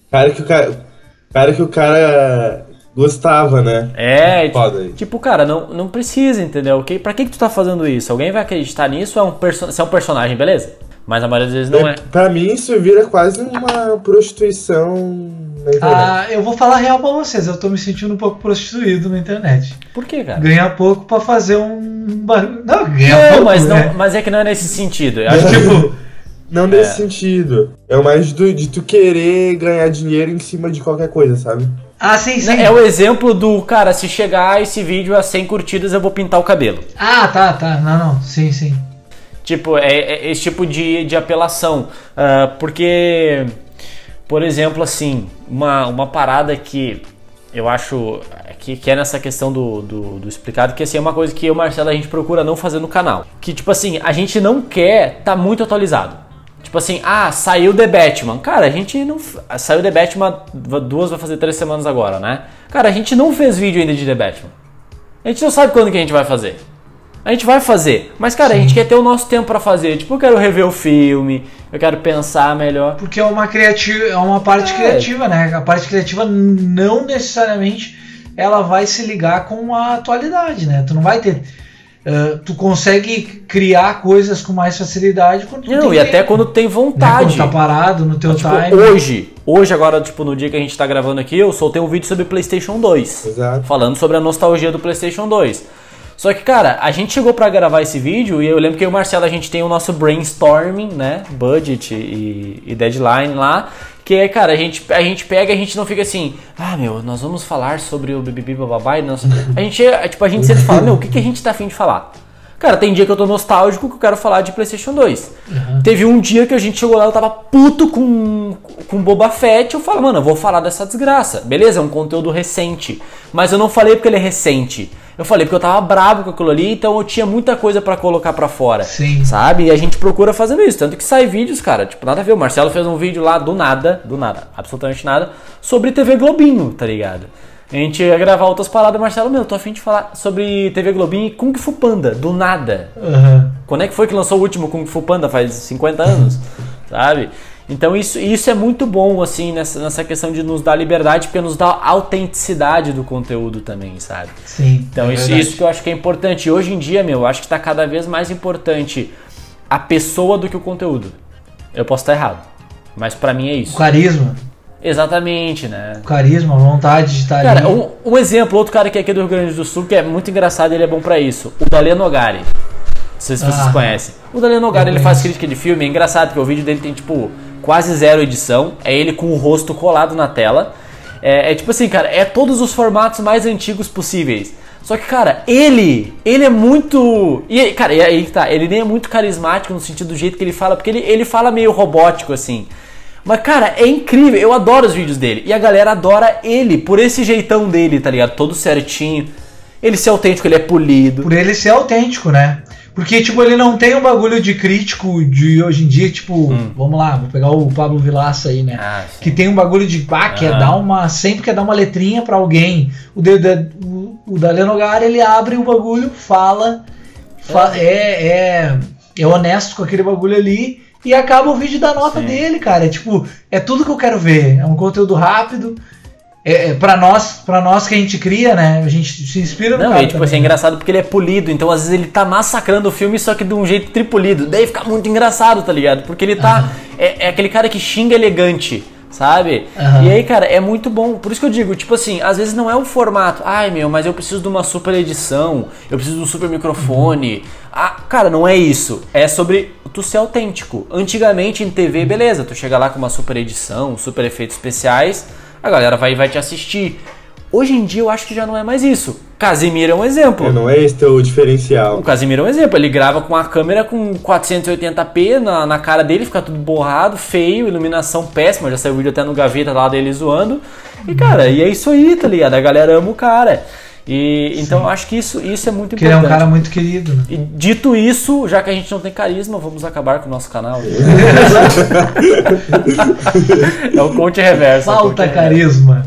Cara que o cara gostava, né? Tipo, cara, não precisa, entendeu? Pra que tu tá fazendo isso? Alguém vai acreditar nisso? Se é um personagem, beleza? Mas a maioria das vezes não é. Pra mim isso vira quase uma prostituição na internet. Eu vou falar real pra vocês, eu tô me sentindo um pouco prostituído na internet. Por quê, cara? Ganhar pouco pra fazer um barulho. Não, ganhar pouco, mas é que não é nesse sentido. Eu acho tipo... Não nesse sentido. É mais de tu querer ganhar dinheiro em cima de qualquer coisa, sabe? Sim. É o exemplo do, cara, se chegar esse vídeo a 100 curtidas, eu vou pintar o cabelo. Tá. Não. Sim. Tipo, é esse tipo de apelação. Porque, por exemplo, assim, uma parada que eu acho que é nessa questão do explicado, que assim, é uma coisa que eu e o Marcelo, a gente procura não fazer no canal. Que, tipo assim, a gente não quer tá muito atualizado. Tipo assim, saiu The Batman. Cara, a gente não... Saiu The Batman 2, vai fazer 3 semanas agora, né? Cara, a gente não fez vídeo ainda de The Batman. A gente não sabe quando que a gente vai fazer. A gente vai fazer. Mas, cara, sim, a gente quer ter o nosso tempo pra fazer. Tipo, eu quero rever o filme, eu quero pensar melhor. Porque é uma parte criativa, né? A parte criativa não necessariamente ela vai se ligar com a atualidade, né? Tu não vai ter... tu consegue criar coisas com mais facilidade quando tu Não, tem e até tempo, quando tem né? vontade. Quando tá parado no teu Tipo, time. hoje agora, tipo, no dia que a gente tá gravando aqui, eu soltei um vídeo sobre PlayStation 2. Exato. Falando sobre a nostalgia do PlayStation 2. Só que, cara, a gente chegou pra gravar esse vídeo e eu lembro que eu e o Marcelo, a gente tem o nosso brainstorming, né? Budget e deadline lá. Que é, cara, a gente pega e a gente não fica assim, nós vamos falar sobre o BBB bababá e nossa. A gente sempre fala, o que a gente tá afim de falar? Cara, tem dia que eu tô nostálgico que eu quero falar de PlayStation 2. Teve um dia que a gente chegou lá, eu tava puto com Boba Fett. Eu falo, mano, eu vou falar dessa desgraça. Beleza, é um conteúdo recente. Mas eu não falei porque ele é recente. Eu falei porque eu tava bravo com aquilo ali, então eu tinha muita coisa pra colocar pra fora. Sim. Sabe? E a gente procura fazendo isso. Tanto que sai vídeos, cara, tipo, nada a ver. O Marcelo fez um vídeo lá do nada, absolutamente nada, sobre TV Globinho, tá ligado? A gente ia gravar outras paradas, Marcelo, tô a fim de falar sobre TV Globinho e Kung Fu Panda, do nada. Quando é que foi que lançou o último Kung Fu Panda? Faz 50 anos, sabe? Então isso é muito bom, assim, nessa questão de nos dar liberdade, porque nos dá autenticidade do conteúdo também, sabe? Sim. Então isso que eu acho que é importante. E hoje em dia, eu acho que tá cada vez mais importante a pessoa do que o conteúdo. Eu posso estar errado, mas pra mim é isso. O carisma. Exatamente, né? O carisma, a vontade de estar ali. Cara, um exemplo, outro cara que é aqui do Rio Grande do Sul, que é muito engraçado, ele é bom pra isso. O Dalê Nogari. Não sei se vocês conhecem. O Dalê Nogari, ele faz crítica de filme, é engraçado, porque o vídeo dele tem, tipo, quase zero edição. É ele com o rosto colado na tela. É tipo assim, cara, é todos os formatos mais antigos possíveis. Só que, cara, ele é muito... E aí tá, ele nem é muito carismático no sentido do jeito que ele fala, porque ele fala meio robótico, assim. Mas, cara, é incrível, eu adoro os vídeos dele. E a galera adora ele, por esse jeitão dele, tá ligado? Todo certinho. Ele ser autêntico, ele é polido. Por ele ser autêntico, né? Porque, tipo, ele não tem um bagulho de crítico de hoje em dia, tipo... Vamos lá, vou pegar o Pablo Vilaça aí, né? Que tem um bagulho de... sempre quer dar uma letrinha pra alguém. O Dalê Nogari, ele abre o bagulho, fala... É honesto com aquele bagulho ali... E acaba o vídeo da nota dele, cara. É tudo que eu quero ver. É um conteúdo rápido. Pra nós que a gente cria, né? A gente se inspira no cara. Assim, é engraçado porque ele é polido. Então, às vezes, ele tá massacrando o filme, só que de um jeito tripolido. Daí fica muito engraçado, tá ligado? Porque ele tá... É aquele cara que xinga elegante, sabe? E aí, cara, é muito bom. Por isso que eu digo, tipo assim, às vezes não é o formato. Mas eu preciso de uma super edição. Eu preciso de um super microfone. Cara, não é isso. É sobre tu ser autêntico. Antigamente, em TV, beleza. Tu chega lá com uma super edição, super efeitos especiais, a galera vai te assistir. Hoje em dia, eu acho que já não é mais isso. Casimiro é um exemplo. Não é esse teu diferencial. O Casimiro é um exemplo. Ele grava com a câmera com 480p na cara dele, fica tudo borrado, feio, iluminação péssima. Já saiu vídeo até no Gaveta lá dele zoando. E, cara, é isso aí, tá ligado? A galera ama o cara. Então eu acho que isso é muito Porque importante. ele é um cara muito querido, né? E dito isso, já que a gente não tem carisma, vamos acabar com o nosso canal. É o coach reverso. Falta carisma.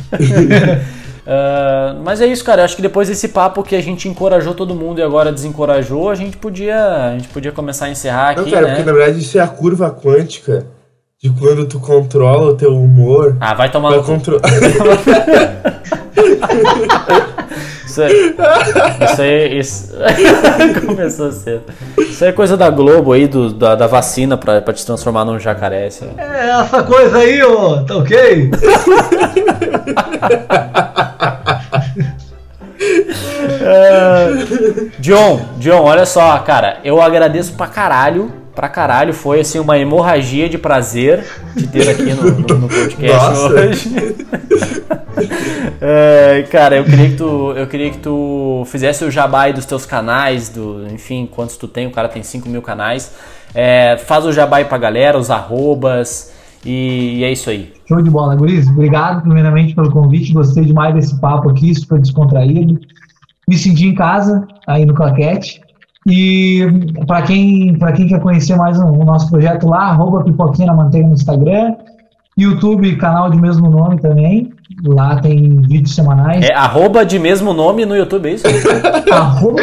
Mas é isso, cara. Eu acho que depois desse papo que a gente encorajou todo mundo e agora desencorajou, a gente podia começar a encerrar aqui. Não, cara, porque na verdade isso é a curva quântica de quando tu controla o teu humor. Vai tomar no cu. Isso começou cedo. Isso aí é coisa da Globo aí, da vacina pra te transformar num jacaré. Essa coisa aí, ó, tá ok? John, olha só, cara, eu agradeço pra caralho, foi assim uma hemorragia de prazer te ter aqui no podcast hoje. Cara, eu queria que tu fizesse o jabá aí dos teus canais, enfim, quantos tu tem, o cara tem 5.000 canais. Faz o jabá aí pra galera, os arrobas, e é isso aí. Show de bola, guris. Obrigado primeiramente pelo convite, gostei demais desse papo aqui, super descontraído. Me senti em casa aí no Claquete. E para quem quer conhecer mais o nosso projeto lá, @pipoquinha na manteiga no Instagram, YouTube, canal de mesmo nome também, lá tem vídeos semanais. @ de mesmo nome no YouTube, é isso? @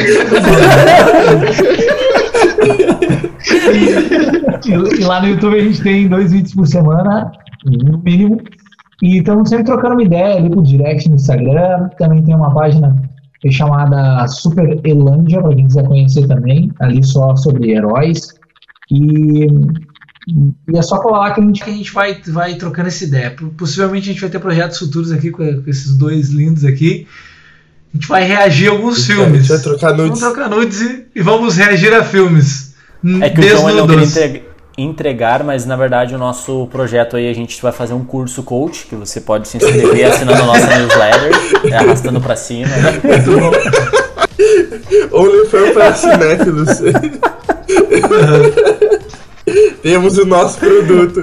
e lá no YouTube a gente tem 2 vídeos por semana, no mínimo, e estamos sempre trocando uma ideia ali pro direct no Instagram, também tem uma página chamada Super Elândia, para quem quiser conhecer também, ali só sobre heróis. E é só colar lá que a gente vai trocando essa ideia. Possivelmente a gente vai ter projetos futuros aqui com esses dois lindos aqui. A gente vai reagir a alguns filmes. A gente vai trocar nudes. Vamos trocar nudes e vamos reagir a filmes. É que o John ele não queria entregar, mas na verdade o nosso projeto aí, a gente vai fazer um curso coach, que você pode se inscrever assinando a nossa newsletter, arrastando pra cima. Né? Muito bom. OnlyFans para cinéfilos. Temos o nosso produto.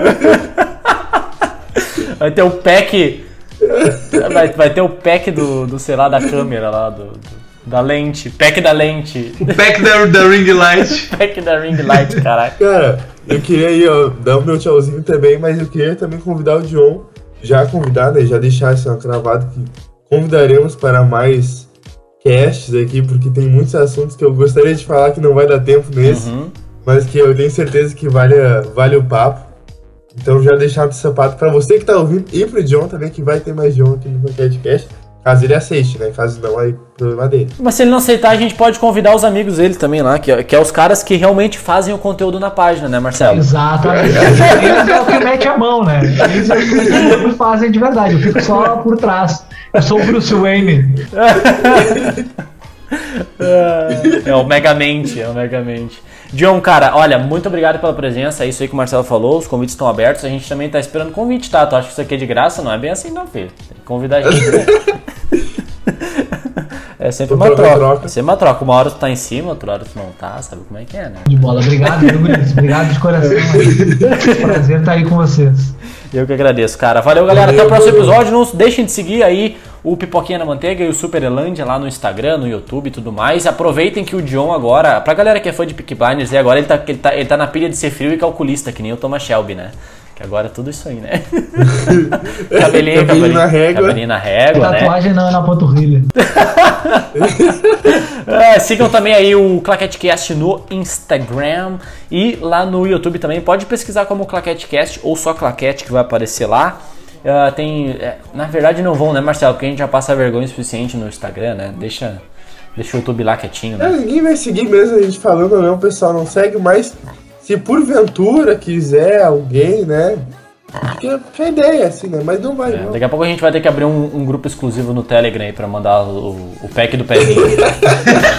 Vai ter o pack. Vai ter o pack do sei lá, da câmera lá, da lente. Pack da lente. O pack da ring light. Pack da ring light, caralho. Cara, eu queria aí, ó, dar o meu tchauzinho também, mas eu queria também convidar o John, já convidar, né, já deixar assim, cravado que convidaremos para mais casts aqui, porque tem muitos assuntos que eu gostaria de falar que não vai dar tempo nesse, mas que eu tenho certeza que vale o papo. Então já deixar no sapato para você que tá ouvindo e pro John também, que vai ter mais John aqui no podcast, caso ele aceite, né? Caso não, aí problema dele. Mas se ele não aceitar, a gente pode convidar os amigos dele também lá, que é os caras que realmente fazem o conteúdo na página, né, Marcelo? Exatamente. Eles é o que mete a mão, né? Eles é o que fazem de verdade. Eu fico só por trás. Eu sou o Bruce Wayne. É o Megamente. John, cara, olha, muito obrigado pela presença, é isso aí que o Marcelo falou, os convites estão abertos, a gente também tá esperando convite, tá? Tu acha que isso aqui é de graça? Não é bem assim não, filho. Tem que convidar a gente, né? É sempre uma troca. É sempre uma troca. Uma hora tu tá em cima, outra hora tu não tá, sabe como é que é, né? De bola, obrigado, Guris. Obrigado de coração. Prazer estar aí com vocês. Eu que agradeço, cara. Valeu, galera. Até o próximo episódio. Não deixem de seguir aí o Pipoquinha na Manteiga e o Super Elândia lá no Instagram, no YouTube e tudo mais. Aproveitem que o John agora, pra galera que é fã de Peaky Blinders, agora ele tá na pilha de ser frio e calculista, que nem o Thomas Shelby, né? Que agora é tudo isso aí, né? Cabelinho na régua. Cabelinho na régua, né? Tatuagem não é na panturrilha. Sigam também aí o ClaqueteCast no Instagram e lá no YouTube também. Pode pesquisar como ClaqueteCast ou só Claquete que vai aparecer lá. Na verdade não vão, né, Marcelo? Porque a gente já passa vergonha o suficiente no Instagram, né? Deixa o YouTube lá quietinho, né? Ninguém vai seguir mesmo a gente falando ou não, o pessoal não segue, mas se porventura quiser alguém, né? Porque é ideia, assim, né? Mas não vai, não. Daqui a pouco a gente vai ter que abrir um grupo exclusivo no Telegram aí pra mandar o pack do pezinho.